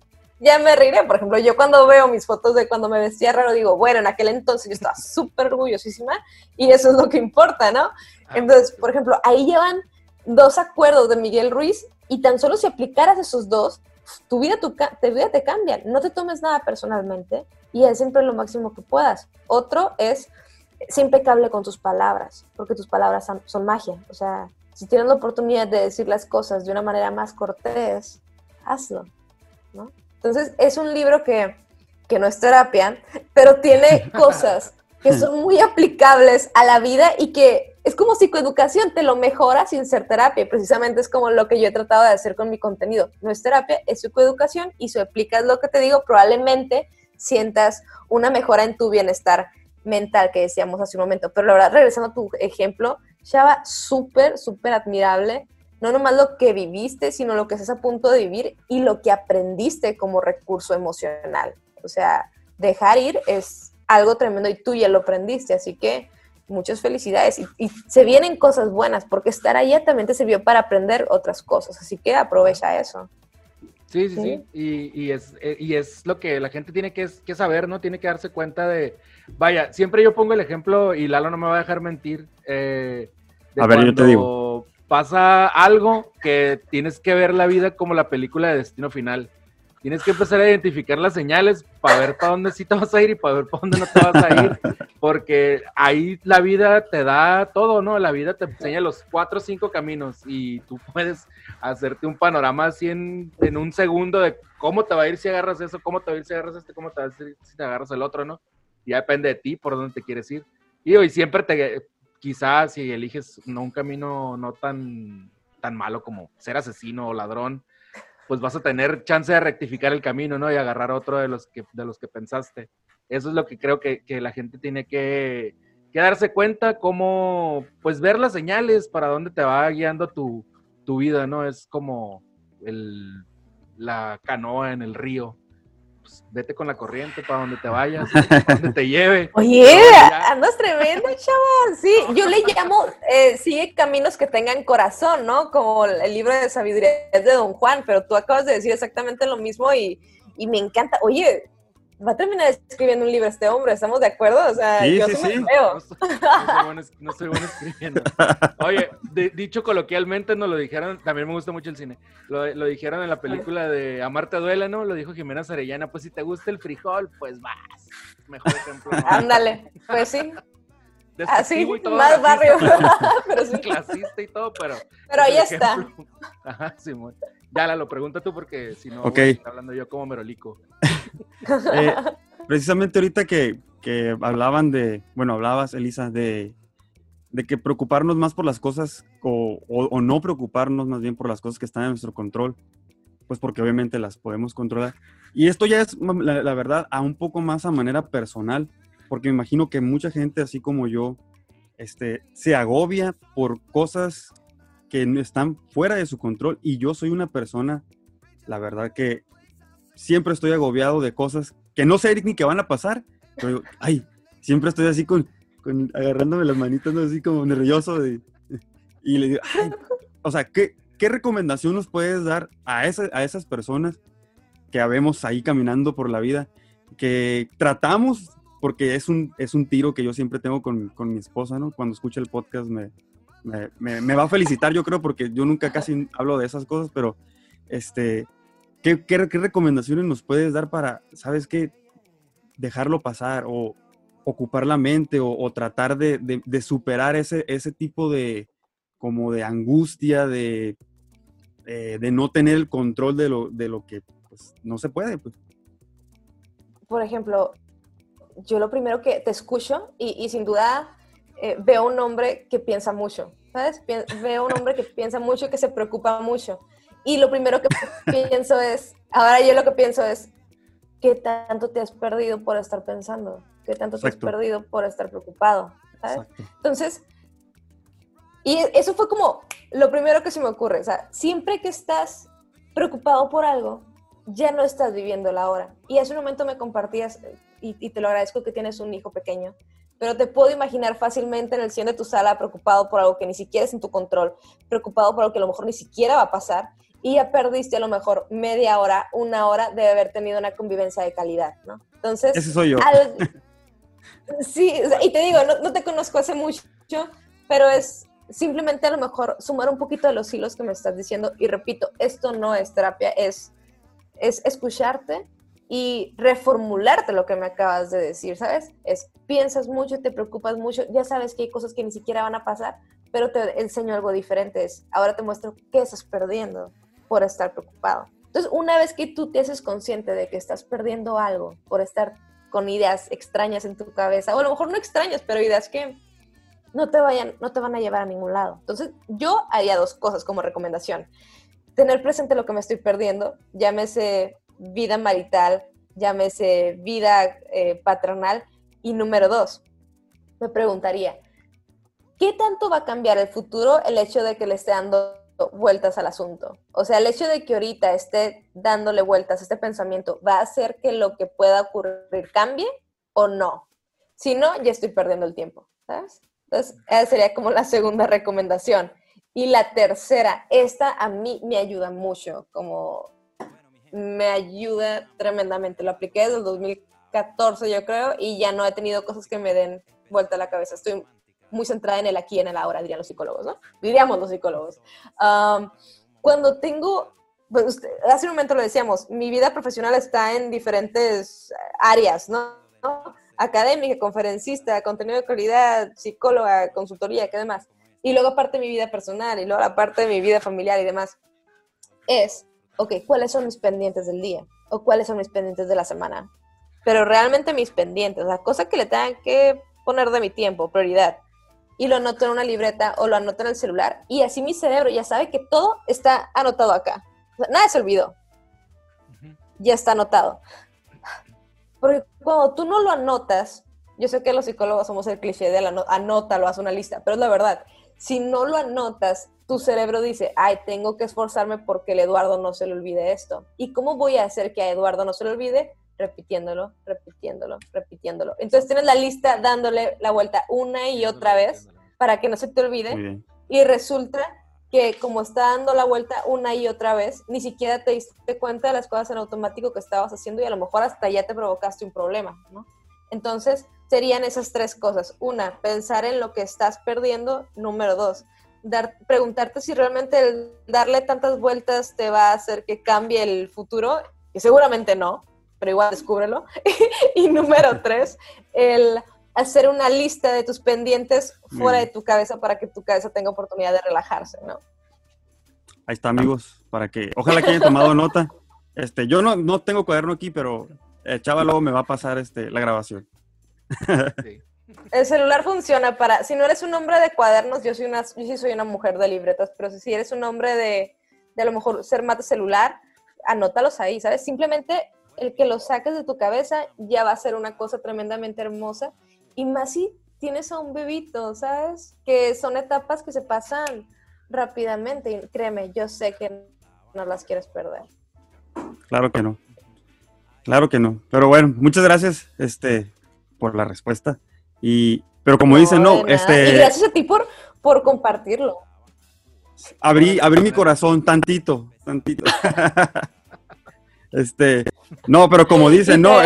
ya me reiré. Por ejemplo, yo cuando veo mis fotos de cuando me vestía raro, digo, bueno, en aquel entonces yo estaba súper orgullosísima y eso es lo que importa, ¿no? Entonces, por ejemplo, ahí llevan 2 acuerdos de Miguel Ruiz y tan solo si aplicaras esos 2, tu vida te cambia. No te tomes nada personalmente y haz siempre lo máximo que puedas. Otro es, sé impecable con tus palabras, porque tus palabras son magia. O sea, si tienes la oportunidad de decir las cosas de una manera más cortés, hazlo, ¿no? Entonces, es un libro que no es terapia, pero tiene cosas que son muy aplicables a la vida y que es como psicoeducación, te lo mejora sin ser terapia. Y precisamente es como lo que yo he tratado de hacer con mi contenido. No es terapia, es psicoeducación y si aplicas lo que te digo, probablemente sientas una mejora en tu bienestar mental que decíamos hace un momento. Pero la verdad, regresando a tu ejemplo, Chava, súper, súper admirable. No nomás lo que viviste, sino lo que estás a punto de vivir y lo que aprendiste como recurso emocional. O sea, dejar ir es algo tremendo y tú ya lo aprendiste, así que muchas felicidades. Y se vienen cosas buenas, porque estar allá también te sirvió para aprender otras cosas, así que aprovecha eso. Sí. Y es lo que la gente tiene que saber, ¿no? Tiene que darse cuenta de... Vaya, siempre yo pongo el ejemplo, y Lalo no me va a dejar mentir, de a ver, yo te digo. Pasa algo que tienes que ver la vida como la película de Destino Final. Tienes que empezar a identificar las señales para ver para dónde sí te vas a ir y para ver para dónde no te vas a ir, porque ahí la vida te da todo, ¿no? La vida te enseña los 4 o 5 caminos y tú puedes hacerte un panorama así en un segundo de cómo te va a ir si agarras eso, cómo te va a ir si agarras este, cómo te va a ir si te agarras el otro, ¿no? Ya depende de ti por dónde te quieres ir. Y hoy siempre quizás si eliges un camino no tan malo como ser asesino o ladrón, pues vas a tener chance de rectificar el camino, ¿no? Y agarrar otro de los que pensaste. Eso es lo que creo que la gente tiene que darse cuenta, cómo, pues, ver las señales para dónde te va guiando tu vida, ¿no? Es como la canoa en el río. Pues, vete con la corriente para donde te vayas, para donde te lleve. Oye, andas tremendo, chaval. Sí, yo le llamo, sigue caminos que tengan corazón, ¿no? Como el libro de sabiduría de Don Juan, pero tú acabas de decir exactamente lo mismo y me encanta. Oye, va a terminar escribiendo un libro este hombre, ¿estamos de acuerdo? O sea, sí, yo sí, me veo. No soy bueno escribiendo. Oye, dicho coloquialmente, nos lo dijeron, también me gusta mucho el cine, lo dijeron en la película de Amarte duele, ¿no? Lo dijo Jimena Sarellana, pues si te gusta el frijol, pues vas. Mejor ejemplo. ¿No? Ándale, pues sí. Así, y todo, más barrio. pero sí. Clasista y todo, pero ahí está. Ajá, Simón. Ya, lo pregunta tú porque si no, okay. Voy a estar hablando yo como merolico. Precisamente ahorita que hablabas, Elisa, de que preocuparnos más por las cosas o no preocuparnos más bien por las cosas que están en nuestro control, pues porque obviamente las podemos controlar. Y esto ya es, la verdad, a un poco más a manera personal, porque me imagino que mucha gente, así como yo, se agobia por cosas que están fuera de su control, y yo soy una persona, la verdad, que siempre estoy agobiado de cosas que no sé ni que van a pasar, pero siempre estoy así agarrándome las manitas, ¿no? Así como nervioso, y le digo, o sea, ¿qué recomendación nos puedes dar a esas personas que habemos ahí caminando por la vida, que tratamos, porque es un tiro que yo siempre tengo con mi esposa, ¿no? Cuando escucha el podcast me va a felicitar, yo creo, porque yo nunca casi hablo de esas cosas, pero ¿qué recomendaciones nos puedes dar para, ¿sabes qué? Dejarlo pasar o ocupar la mente o tratar de superar ese tipo de como de angustia, de no tener el control de lo que pues, no se puede. Pues. Por ejemplo, yo lo primero que te escucho y sin duda veo un hombre que piensa mucho, ¿sabes? Veo un hombre que piensa mucho, que se preocupa mucho. Y lo primero que pienso es, ahora yo lo que pienso es, ¿qué tanto te has perdido por estar pensando? ¿Qué tanto Exacto. te has perdido por estar preocupado? ¿Sabes? Exacto. Entonces, y eso fue como lo primero que se me ocurre. O sea, siempre que estás preocupado por algo, ya no estás viviendo la hora. Y hace un momento me compartías, y te lo agradezco, que tienes un hijo pequeño, pero te puedo imaginar fácilmente en el sillón de tu sala preocupado por algo que ni siquiera es en tu control, preocupado por algo que a lo mejor ni siquiera va a pasar, y ya perdiste a lo mejor media hora, una hora de haber tenido una convivencia de calidad, ¿no? Entonces, ese soy yo. Sí, y te digo, no te conozco hace mucho, pero es simplemente a lo mejor sumar un poquito de los hilos que me estás diciendo, y repito, esto no es terapia, es escucharte y reformularte lo que me acabas de decir, ¿sabes? Piensas mucho, te preocupas mucho, ya sabes que hay cosas que ni siquiera van a pasar, pero te enseño algo diferente, ahora te muestro qué estás perdiendo por estar preocupado. Entonces, una vez que tú te haces consciente de que estás perdiendo algo por estar con ideas extrañas en tu cabeza, o a lo mejor no extrañas, pero ideas que no te van a llevar a ningún lado. Entonces, yo haría 2 cosas como recomendación. Tener presente lo que me estoy perdiendo, llámese vida marital, llámese vida patronal. Y número 2, me preguntaría, ¿qué tanto va a cambiar el futuro el hecho de que le esté dando vueltas al asunto? O sea, el hecho de que ahorita esté dándole vueltas a este pensamiento, ¿va a hacer que lo que pueda ocurrir cambie o no? Si no, ya estoy perdiendo el tiempo, ¿sabes? Entonces, esa sería como la segunda recomendación. Y la tercera, esta a mí me ayuda mucho, me ayuda tremendamente. Lo apliqué desde el 2014, yo creo, y ya no he tenido cosas que me den vuelta a la cabeza. Estoy muy centrada en el aquí y en el ahora, dirían los psicólogos, ¿no? Diríamos los psicólogos. Cuando tengo, pues, hace un momento lo decíamos, mi vida profesional está en diferentes áreas, ¿no? Académica, conferencista, contenido de calidad, psicóloga, consultoría, ¿qué demás? Y luego aparte de mi vida personal, y luego aparte de mi vida familiar y demás, ok, ¿cuáles son mis pendientes del día? ¿O cuáles son mis pendientes de la semana? Pero realmente mis pendientes, la cosa que le tengan que poner de mi tiempo, prioridad, y lo anoto en una libreta o lo anoto en el celular, y así mi cerebro ya sabe que todo está anotado acá. O sea, nada se olvidó. Ya está anotado. Porque cuando tú no lo anotas, yo sé que los psicólogos somos el cliché de anótalo, haz una lista, pero es la verdad. Si no lo anotas, tu cerebro dice, ay, tengo que esforzarme porque el Eduardo no se le olvide esto. ¿Y cómo voy a hacer que a Eduardo no se le olvide? Repitiéndolo. Entonces tienes la lista dándole la vuelta una y otra vez para que no se te olvide. Y resulta que como está dando la vuelta una y otra vez, ni siquiera te diste cuenta de las cosas en automático que estabas haciendo y a lo mejor hasta ya te provocaste un problema, ¿no? Entonces, serían esas 3 cosas. 1, pensar en lo que estás perdiendo. Número 2, preguntarte si realmente el darle tantas vueltas te va a hacer que cambie el futuro, que seguramente no, pero igual descúbrelo. Y número 3, el hacer una lista de tus pendientes fuera de tu cabeza para que tu cabeza tenga oportunidad de relajarse, ¿no? Ahí está, amigos, para que, ojalá que hayan tomado nota. Yo no tengo cuaderno aquí, pero Chava luego me va a pasar la grabación. Sí. El celular funciona si no eres un hombre de cuadernos, yo sí soy una mujer de libretas, pero si eres un hombre de a lo mejor ser más de celular, anótalos ahí, ¿sabes? Simplemente el que los saques de tu cabeza ya va a ser una cosa tremendamente hermosa, y más si tienes a un bebito, ¿sabes? Que son etapas que se pasan rápidamente, y créeme, yo sé que no las quieres perder. Claro que no. Pero bueno, muchas gracias por la respuesta. Pero como dicen, no, Y gracias a ti por compartirlo. Abrí mi corazón tantito. No, pero como dicen, no,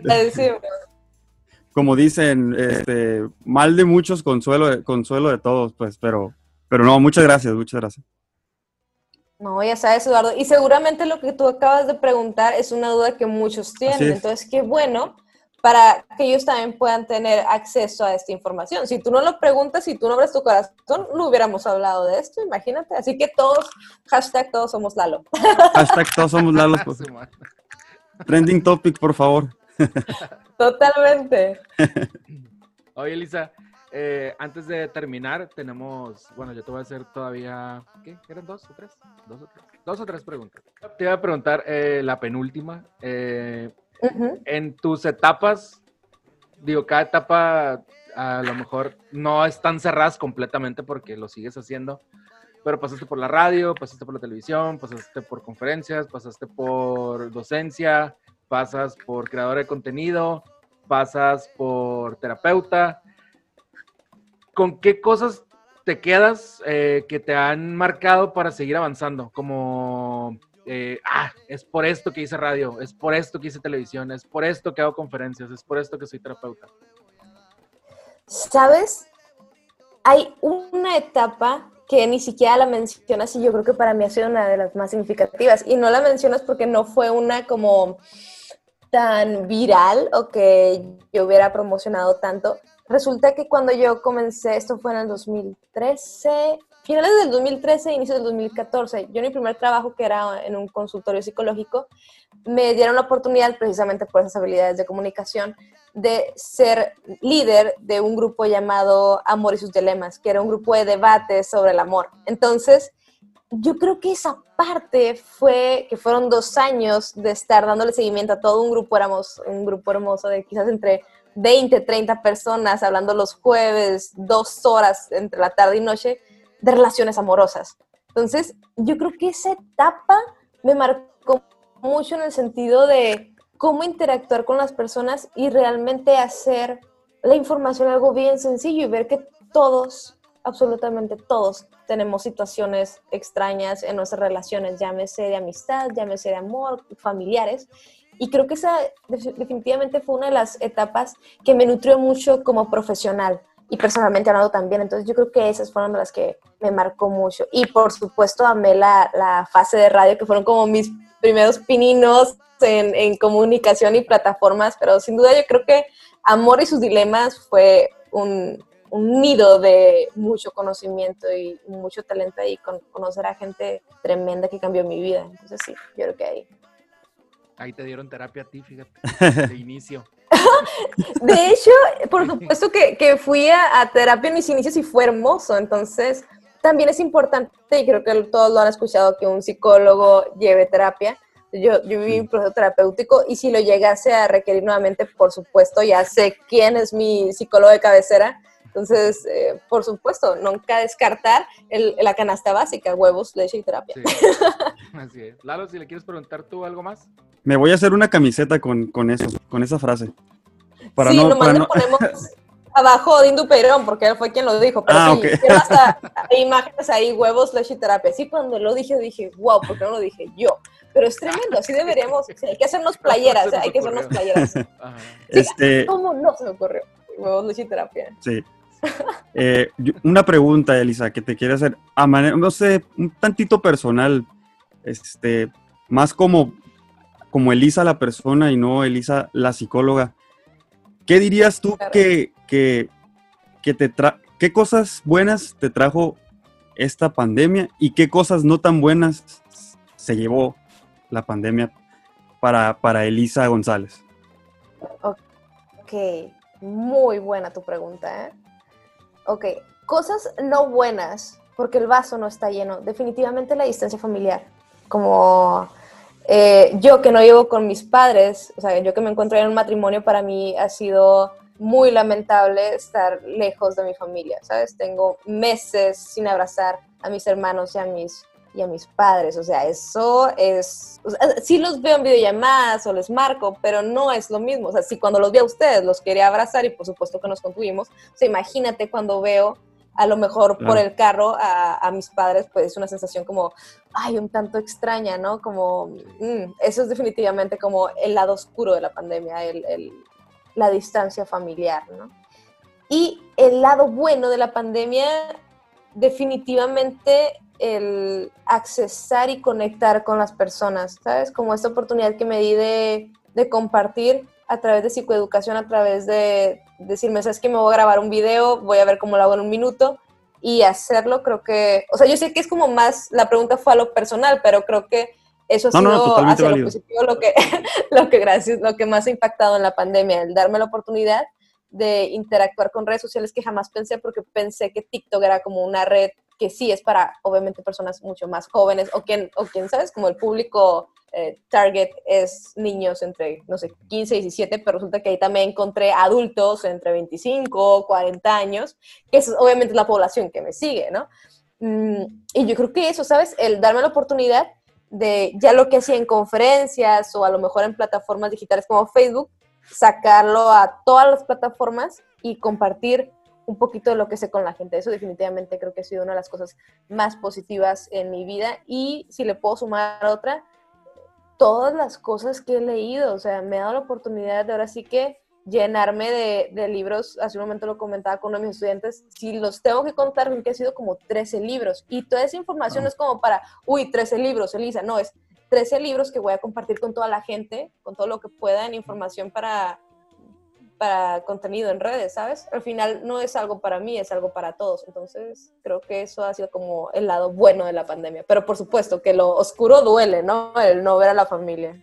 como dicen, mal de muchos, consuelo de todos, pues, pero no, muchas gracias. No, ya sabes, Eduardo, y seguramente lo que tú acabas de preguntar es una duda que muchos tienen, entonces qué bueno, para que ellos también puedan tener acceso a esta información. Si tú no lo preguntas, si tú no abres tu corazón, no hubiéramos hablado de esto, imagínate. Así que todos, hashtag todos somos Lalo. Hashtag todos somos Lalo. Sí, man. Trending topic, por favor. Totalmente. Oye, Elisa, antes de terminar, tenemos, bueno, yo te voy a hacer todavía, ¿qué? ¿Eran dos o tres? Dos o tres preguntas. Te iba a preguntar la penúltima. En tus etapas, digo, cada etapa a lo mejor no están cerradas completamente porque lo sigues haciendo, pero pasaste por la radio, pasaste por la televisión, pasaste por conferencias, pasaste por docencia, pasas por creador de contenido, pasas por terapeuta. ¿Con qué cosas te quedas que te han marcado para seguir avanzando? Como, es por esto que hice radio, es por esto que hice televisión, es por esto que hago conferencias, es por esto que soy terapeuta. ¿Sabes? Hay una etapa que ni siquiera la mencionas y yo creo que para mí ha sido una de las más significativas. Y no la mencionas porque no fue una como tan viral o que yo hubiera promocionado tanto. Resulta que cuando yo comencé, esto fue en el 2013, finales del 2013, inicios del 2014, yo en mi primer trabajo, que era en un consultorio psicológico, me dieron la oportunidad, precisamente por esas habilidades de comunicación, de ser líder de un grupo llamado Amor y sus Dilemas, que era un grupo de debate sobre el amor. Entonces, yo creo que esa parte fue, que fueron 2 años de estar dándole seguimiento a todo un grupo, éramos un grupo hermoso de quizás entre 20, 30 personas, hablando los jueves, 2 horas entre la tarde y noche, de relaciones amorosas. Entonces, yo creo que esa etapa me marcó mucho en el sentido de cómo interactuar con las personas y realmente hacer la información algo bien sencillo y ver que todos, absolutamente todos, tenemos situaciones extrañas en nuestras relaciones, llámese de amistad, llámese de amor, familiares. Y creo que esa definitivamente fue una de las etapas que me nutrió mucho como profesional y personalmente hablando también. Entonces yo creo que esas fueron de las que me marcó mucho. Y por supuesto amé la fase de radio, que fueron como mis primeros pininos en comunicación y plataformas, pero sin duda yo creo que Amor y sus Dilemas fue un nido de mucho conocimiento y mucho talento ahí, conocer a gente tremenda que cambió mi vida. Entonces sí, yo creo que ahí. Ahí te dieron terapia a ti, fíjate, de inicio. De hecho, por supuesto que fui a terapia en mis inicios y fue hermoso. Entonces, también es importante, y creo que todos lo han escuchado, que un psicólogo lleve terapia. Yo viví un proceso terapéutico y si lo llegase a requerir nuevamente, por supuesto, ya sé quién es mi psicólogo de cabecera. Entonces, por supuesto, nunca descartar la canasta básica, huevos, leche y terapia. Sí. Así es. Lalo, si le quieres preguntar tú algo más. Me voy a hacer una camiseta con eso, con esa frase. Para sí, no, nomás para le no... ponemos abajo Dindu Peirón, porque él fue quien lo dijo. Pero sí, okay. quiero hasta imágenes ahí, huevos, leche y terapia. Sí, cuando lo dije, wow, ¿por qué no lo dije yo? Pero es tremendo, así deberíamos, sí, hay que hacernos playeras, hay que hacernos playeras. Ajá. Sí, ¿cómo no se me ocurrió? Huevos, leche y terapia. Sí. Una pregunta, Elisa, que te quiero hacer, a manera, no sé, un tantito personal, más como Elisa la persona y no Elisa la psicóloga. ¿Qué dirías tú claro. qué cosas buenas te trajo esta pandemia y qué cosas no tan buenas se llevó la pandemia para Elisa González? Ok, muy buena tu pregunta, ¿eh? Ok, cosas no buenas, porque el vaso no está lleno. Definitivamente la distancia familiar. Como yo que no vivo con mis padres, o sea, yo que me encuentro en un matrimonio, para mí ha sido muy lamentable estar lejos de mi familia, ¿sabes? Tengo meses sin abrazar a mis hermanos y a mis padres, o sea, eso es... O sea, sí los veo en videollamadas o les marco, pero no es lo mismo. O sea, si cuando los vi a ustedes los quería abrazar y por supuesto que nos contuvimos, o sea, imagínate cuando veo a lo mejor por el carro a mis padres, pues es una sensación como, ay, un tanto extraña, ¿no? Como, eso es definitivamente como el lado oscuro de la pandemia, la distancia familiar, ¿no? Y el lado bueno de la pandemia, definitivamente el accesar y conectar con las personas, ¿sabes? Como esta oportunidad que me di de compartir a través de psicoeducación, a través de decirme, ¿sabes qué? Me voy a grabar un video, voy a ver cómo lo hago en un minuto y hacerlo, creo que, o sea, yo sé que es como más, la pregunta fue a lo personal, pero creo que eso ha sido hacia lo positivo, gracias, lo que más ha impactado en la pandemia, el darme la oportunidad de interactuar con redes sociales que jamás pensé, porque pensé que TikTok era como una red que sí es para, obviamente, personas mucho más jóvenes, o quien ¿sabes? Como el público target es niños entre, no sé, 15 y 17, pero resulta que ahí también encontré adultos entre 25, 40 años, que es obviamente la población que me sigue, ¿no? Y yo creo que eso, ¿sabes? El darme la oportunidad de ya lo que hacía en conferencias o a lo mejor en plataformas digitales como Facebook, sacarlo a todas las plataformas y compartir un poquito de lo que sé con la gente. Eso definitivamente creo que ha sido una de las cosas más positivas en mi vida. Y si le puedo sumar otra, todas las cosas que he leído, o sea, me ha dado la oportunidad de ahora sí que llenarme de libros. Hace un momento lo comentaba con uno de mis estudiantes, si los tengo que contar, creo que ha sido como 13 libros. Y toda esa información no es como para, 13 libros, Elisa, no, es 13 libros que voy a compartir con toda la gente, con todo lo que pueda en información para contenido en redes, ¿sabes? Al final no es algo para mí, es algo para todos. Entonces, creo que eso ha sido como el lado bueno de la pandemia. Pero por supuesto que lo oscuro duele, ¿no? El no ver a la familia.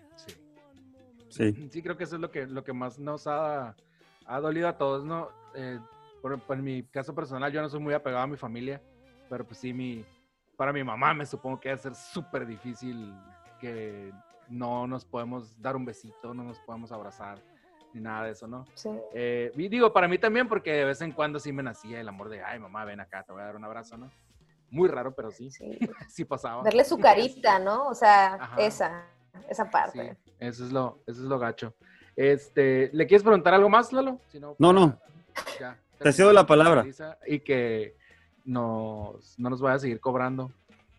Sí, creo que eso es lo que más nos ha dolido a todos, ¿no? Por mi caso personal, yo no soy muy apegado a mi familia, pero pues sí, para mi mamá me supongo que va a ser súper difícil que no nos podemos dar un besito, no nos podemos abrazar, ni nada de eso, ¿no? Sí. Y digo, para mí también, porque de vez en cuando sí me nacía el amor de, ay, mamá, ven acá, te voy a dar un abrazo, ¿no? Muy raro, pero sí, sí pasaba. Darle su carita, ¿no? O sea, esa parte. Sí, eso es lo gacho. ¿Le quieres preguntar algo más, Lalo? Si no. Ya, te cedo la palabra. Y que no nos vaya a seguir cobrando.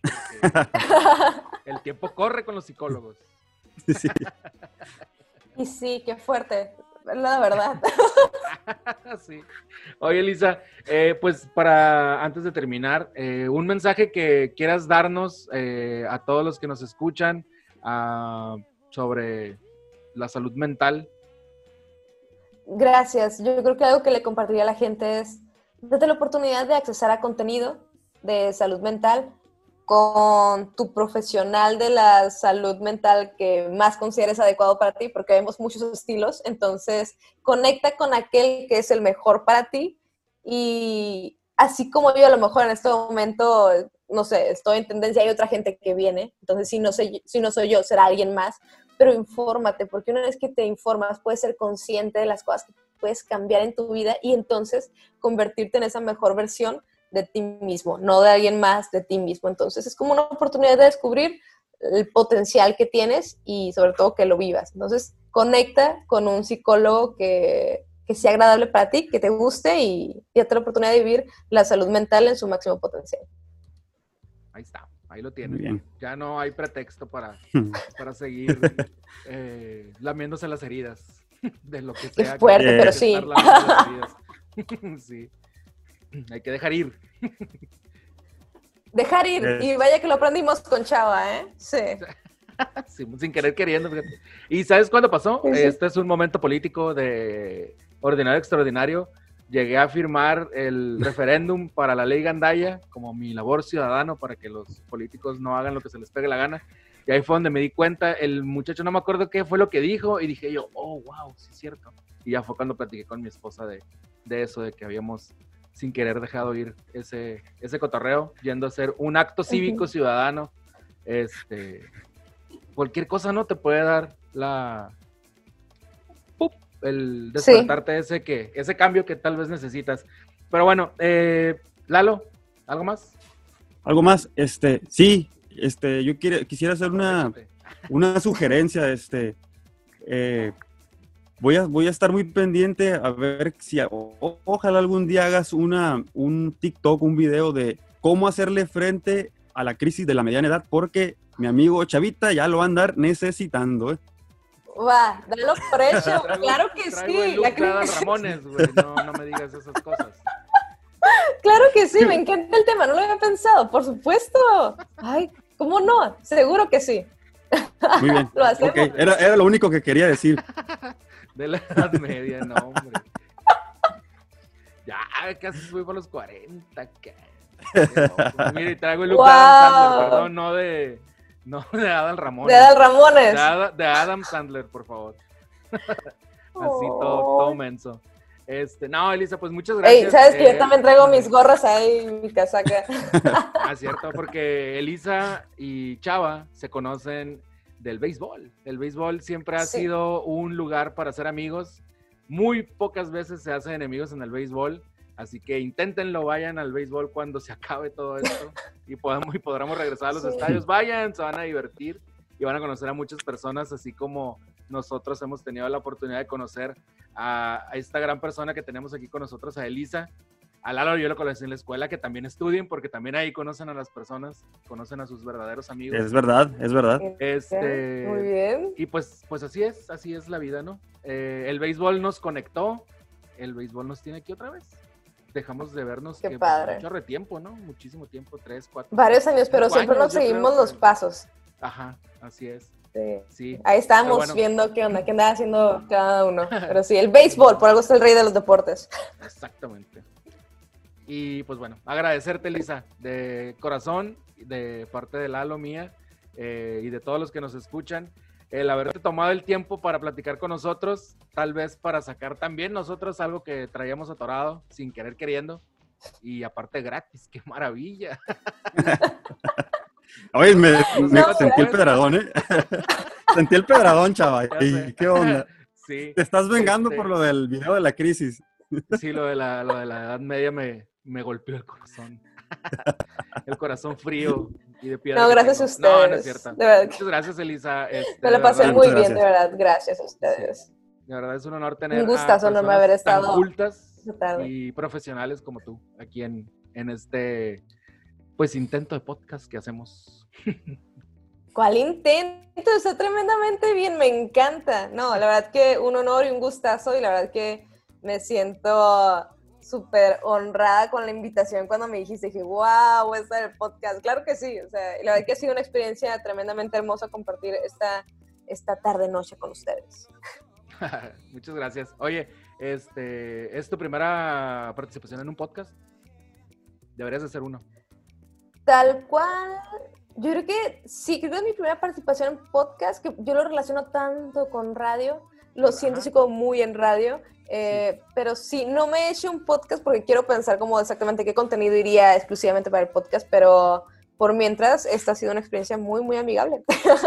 El tiempo corre con los psicólogos. Sí. Y sí, qué fuerte, la verdad. Sí. Oye, Elisa, pues antes de terminar, un mensaje que quieras darnos a todos los que nos escuchan sobre la salud mental. Gracias. Yo creo que algo que le compartiría a la gente es date la oportunidad de accesar a contenido de salud mental con tu profesional de la salud mental que más consideres adecuado para ti, porque vemos muchos estilos. Entonces, conecta con aquel que es el mejor para ti. Y así como yo a lo mejor en este momento, no sé, estoy en tendencia, hay otra gente que viene. Entonces, si no soy yo, será alguien más. Pero infórmate, porque una vez que te informas, puedes ser consciente de las cosas que puedes cambiar en tu vida y entonces convertirte en esa mejor versión de ti mismo, no de alguien más, de ti mismo. Entonces es como una oportunidad de descubrir el potencial que tienes y sobre todo que lo vivas. Entonces conecta con un psicólogo que sea agradable para ti, que te guste y date la oportunidad de vivir la salud mental en su máximo potencial. Ahí está, ahí lo tienes. Ya no hay pretexto para seguir lamiéndose las heridas de lo que sea. Qué fuerte, pero sí. Sí. Hay que dejar ir. Dejar ir. Y vaya que lo aprendimos con Chava, ¿eh? Sí. Sí, sin querer queriendo. Fíjate. ¿Y sabes cuándo pasó? Sí. Este es un momento político de ordinario extraordinario. Llegué a firmar el referéndum para la ley Gandaya como mi labor ciudadano para que los políticos no hagan lo que se les pegue la gana. Y ahí fue donde me di cuenta, el muchacho no me acuerdo qué fue lo que dijo y dije yo, oh, wow, sí es cierto. Y ya fue cuando platiqué con mi esposa de eso, de que habíamos sin querer dejado ir ese cotorreo, yendo a hacer un acto cívico ciudadano. Cualquier cosa no te puede dar el despertarte ese cambio que tal vez necesitas. Pero bueno, Lalo, ¿algo más? Algo más, sí, yo quisiera hacer una sugerencia, voy a estar muy pendiente a ver si ojalá algún día hagas un TikTok, un video de cómo hacerle frente a la crisis de la mediana edad, porque mi amigo Chavita ya lo va a andar necesitando, Va, dalo por hecho, claro que sí. La crisis... Ramones, güey, no me digas esas cosas. Claro que sí, me encanta el tema, no lo había pensado, por supuesto. Ay, ¿cómo no? Seguro que sí. Muy bien. Lo hacemos. Okay. Era lo único que quería decir. De la Edad Media, no, hombre. Ya, casi fui por los 40, ¿qué? No, mire, traigo el look de Adam Sandler, perdón, no de Adal Ramones. De Adal Ramones. De Adam Sandler, por favor. Así todo menso. No, Elisa, pues muchas gracias. Ey, sabes que yo también traigo mis gorras ahí, mi casaca. Ah, cierto, porque Elisa y Chava se conocen del béisbol. El béisbol siempre ha sido un lugar para hacer amigos. Muy pocas veces se hacen enemigos en el béisbol, así que inténtenlo, vayan al béisbol cuando se acabe todo esto y podamos regresar a los estadios. Vayan, se van a divertir y van a conocer a muchas personas, así como nosotros hemos tenido la oportunidad de conocer a esta gran persona que tenemos aquí con nosotros, a Elisa. A Lalo yo lo conocí en la escuela, que también estudien, porque también ahí conocen a las personas, conocen a sus verdaderos amigos. Es verdad, es verdad. Muy bien. Y pues así es la vida, ¿no? El béisbol nos conectó, el béisbol nos tiene aquí otra vez. Dejamos de vernos Qué padre. Mucho retiempo, ¿no? Muchísimo tiempo, 3, 4. Varios años, pero siempre nos seguimos los pasos. Ajá, así es. Sí. Ahí estábamos viendo qué onda, qué andaba haciendo cada uno. Pero sí, el béisbol, por algo es el rey de los deportes. Exactamente. Y pues bueno, agradecerte, Elisa, de corazón, de parte de Lalo, mía, y de todos los que nos escuchan, el haberte tomado el tiempo para platicar con nosotros, tal vez para sacar también nosotros algo que traíamos atorado, sin querer queriendo, y aparte gratis, ¡qué maravilla! Oye, me sentí el pedradón, ¿eh? Sentí el pedradón, chava. ¿Y qué onda? Sí. Te estás vengando por lo del video de la crisis. Sí, lo de la Edad Media me golpeó el corazón. El corazón frío y de piedra. No, gracias a ustedes. No, no es cierto. Muchas gracias, Elisa. Me la pasé muy bien, de verdad. Gracias a ustedes. Sí. De verdad es un honor tener un gustazo enorme haber estado tan cultas y profesionales como tú aquí en este pues intento de podcast que hacemos. ¿Cuál intento? Está tremendamente bien, me encanta. No, la verdad que un honor y un gustazo, y la verdad que me siento súper honrada con la invitación cuando me dijiste. Dije, wow, voy a estar en el podcast. Claro que sí, o sea, la verdad que ha sido una experiencia tremendamente hermosa compartir esta tarde-noche con ustedes. Muchas gracias. Oye, ¿es tu primera participación en un podcast? Deberías de hacer uno. Tal cual, yo creo que sí, creo que es mi primera participación en podcast, que yo lo relaciono tanto con radio, lo siento así como muy en radio, pero sí, no me he hecho un podcast porque quiero pensar como exactamente qué contenido iría exclusivamente para el podcast, pero por mientras, esta ha sido una experiencia muy, muy amigable.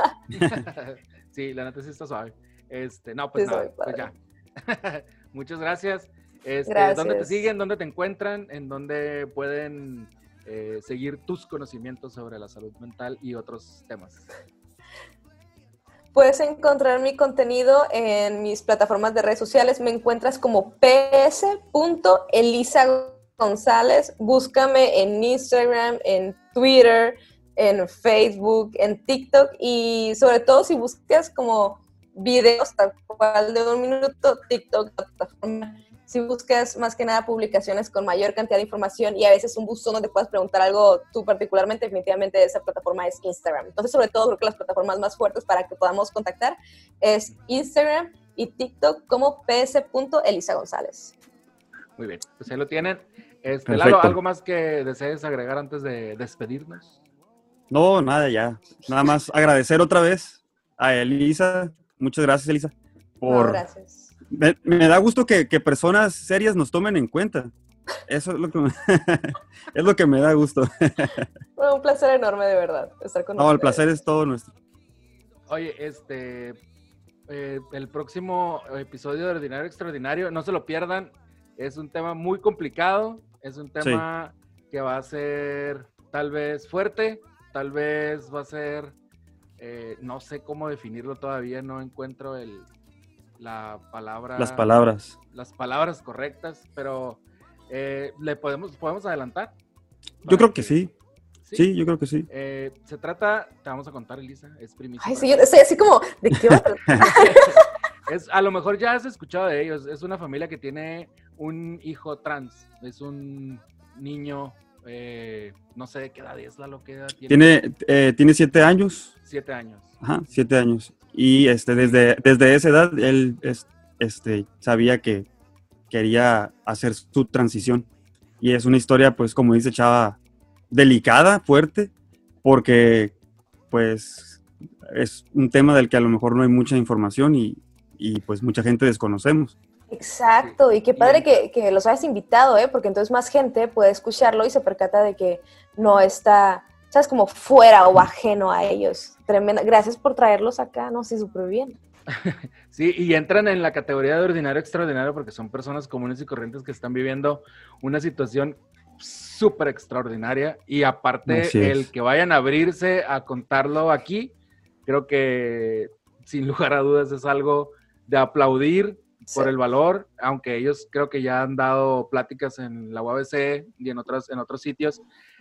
Sí, la neta sí está suave. No, pues nada, pues ya. Muchas gracias. Gracias. ¿Dónde te siguen? ¿Dónde te encuentran? ¿En dónde pueden seguir tus conocimientos sobre la salud mental y otros temas? Puedes encontrar mi contenido en mis plataformas de redes sociales. Me encuentras como ps.elisa González. Búscame en Instagram, en Twitter, en Facebook, en TikTok, y sobre todo si buscas como videos tal cual de 1 minuto, TikTok, plataforma. Si buscas más que nada publicaciones con mayor cantidad de información y a veces un buzón donde puedas preguntar algo tú particularmente, definitivamente esa plataforma es Instagram. Entonces, sobre todo, creo que las plataformas más fuertes para que podamos contactar es Instagram y TikTok como ps.elisa González. Muy bien, pues ahí lo tienen. Lalo, ¿algo más que desees agregar antes de despedirnos? No, nada, ya. Nada más agradecer otra vez a Elisa. Muchas gracias, Elisa. Gracias. Me da gusto que personas serias nos tomen en cuenta. Eso es lo que es lo que me da gusto. Bueno, un placer enorme, de verdad, estar con ustedes. El placer es todo nuestro. Oye, el próximo episodio de Ordinario Extraordinario, no se lo pierdan. Es un tema muy complicado. Es un tema que va a ser tal vez fuerte, tal vez va a ser, no sé cómo definirlo todavía, no encuentro las palabras correctas, pero podemos adelantar. Yo creo que sí. Sí, yo creo que sí. Se trata, te vamos a contar, Elisa, es primicia. Ay, sí, yo estoy así como, ¿de qué va a tratar? A lo mejor ya has escuchado de ellos. Es una familia que tiene un hijo trans. Es un niño, no sé de qué edad es, lo que edad tiene. Tiene 7 años. 7 años. Ajá, 7 años. Y desde esa edad él sabía que quería hacer su transición. Y es una historia, pues, como dice Chava, delicada, fuerte, porque, pues, es un tema del que a lo mejor no hay mucha información y pues, mucha gente desconocemos. Exacto, y qué padre que los hayas invitado, porque entonces más gente puede escucharlo y se percata de que no está, ¿sabes? Como fuera o ajeno a ellos. Tremenda. Gracias por traerlos acá, no sé, súper bien. Sí, y entran en la categoría de ordinario extraordinario porque son personas comunes y corrientes que están viviendo una situación súper extraordinaria y aparte el que vayan a abrirse a contarlo aquí, creo que sin lugar a dudas es algo de aplaudir por el valor, aunque ellos creo que ya han dado pláticas en la UABC y en otros sitios,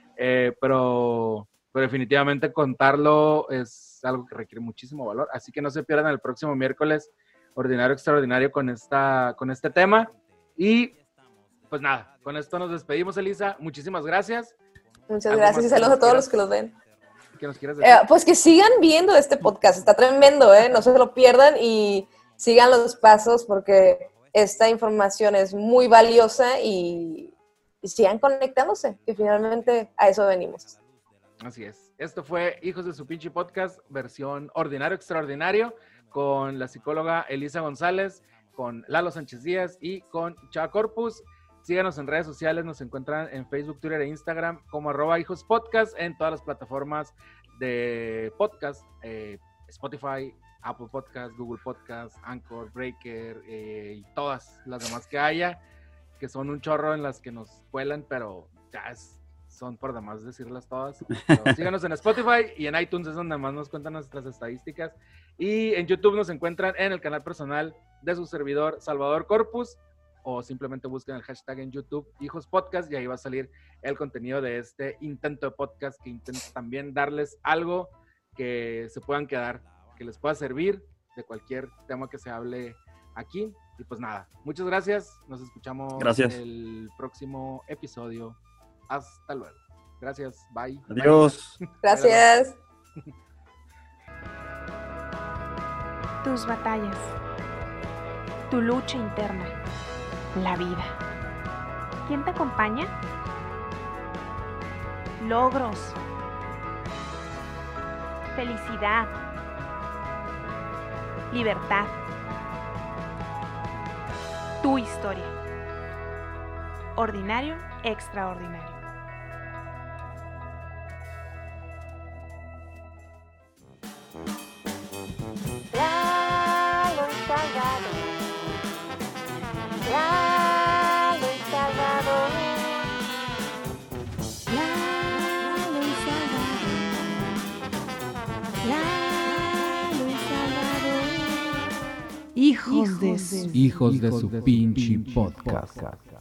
pero definitivamente contarlo es algo que requiere muchísimo valor, así que no se pierdan el próximo miércoles Ordinario Extraordinario con este tema. Y pues nada, con esto nos despedimos, Elisa, muchísimas gracias. Muchas gracias y saludos a todos los que los ven. ¿Qué nos quieres decir? Pues que sigan viendo este podcast, está tremendo, no se lo pierdan y sigan los pasos porque esta información es muy valiosa y sigan conectándose, que finalmente a eso venimos. Así es. Esto fue Hijos de su Pinche Podcast, versión ordinario extraordinario, con la psicóloga Elisa González, con Lalo Sánchez Díaz y con Chava Corpus. Síganos en redes sociales, nos encuentran en Facebook, Twitter e Instagram como @hijospodcast, en todas las plataformas de podcast, Spotify, Apple Podcast, Google Podcast, Anchor, Breaker y todas las demás que haya, que son un chorro en las que nos cuelan, pero ya son por demás decirlas todas. Pero síganos en Spotify y en iTunes es donde más nos cuentan nuestras estadísticas. Y en YouTube nos encuentran en el canal personal de su servidor Salvador Corpus, o simplemente busquen el hashtag en YouTube Hijos Podcast y ahí va a salir el contenido de este intento de podcast que intenta también darles algo que se puedan quedar, que les pueda servir de cualquier tema que se hable aquí. Y pues nada, muchas gracias, nos escuchamos el próximo episodio. Hasta luego. Gracias, bye. Adiós. Bye. Gracias. Tus batallas, tu lucha interna, la vida. ¿Quién te acompaña? Logros, felicidad, libertad. Tu historia. Ordinario, extraordinario. Hijos de su pinche podcast.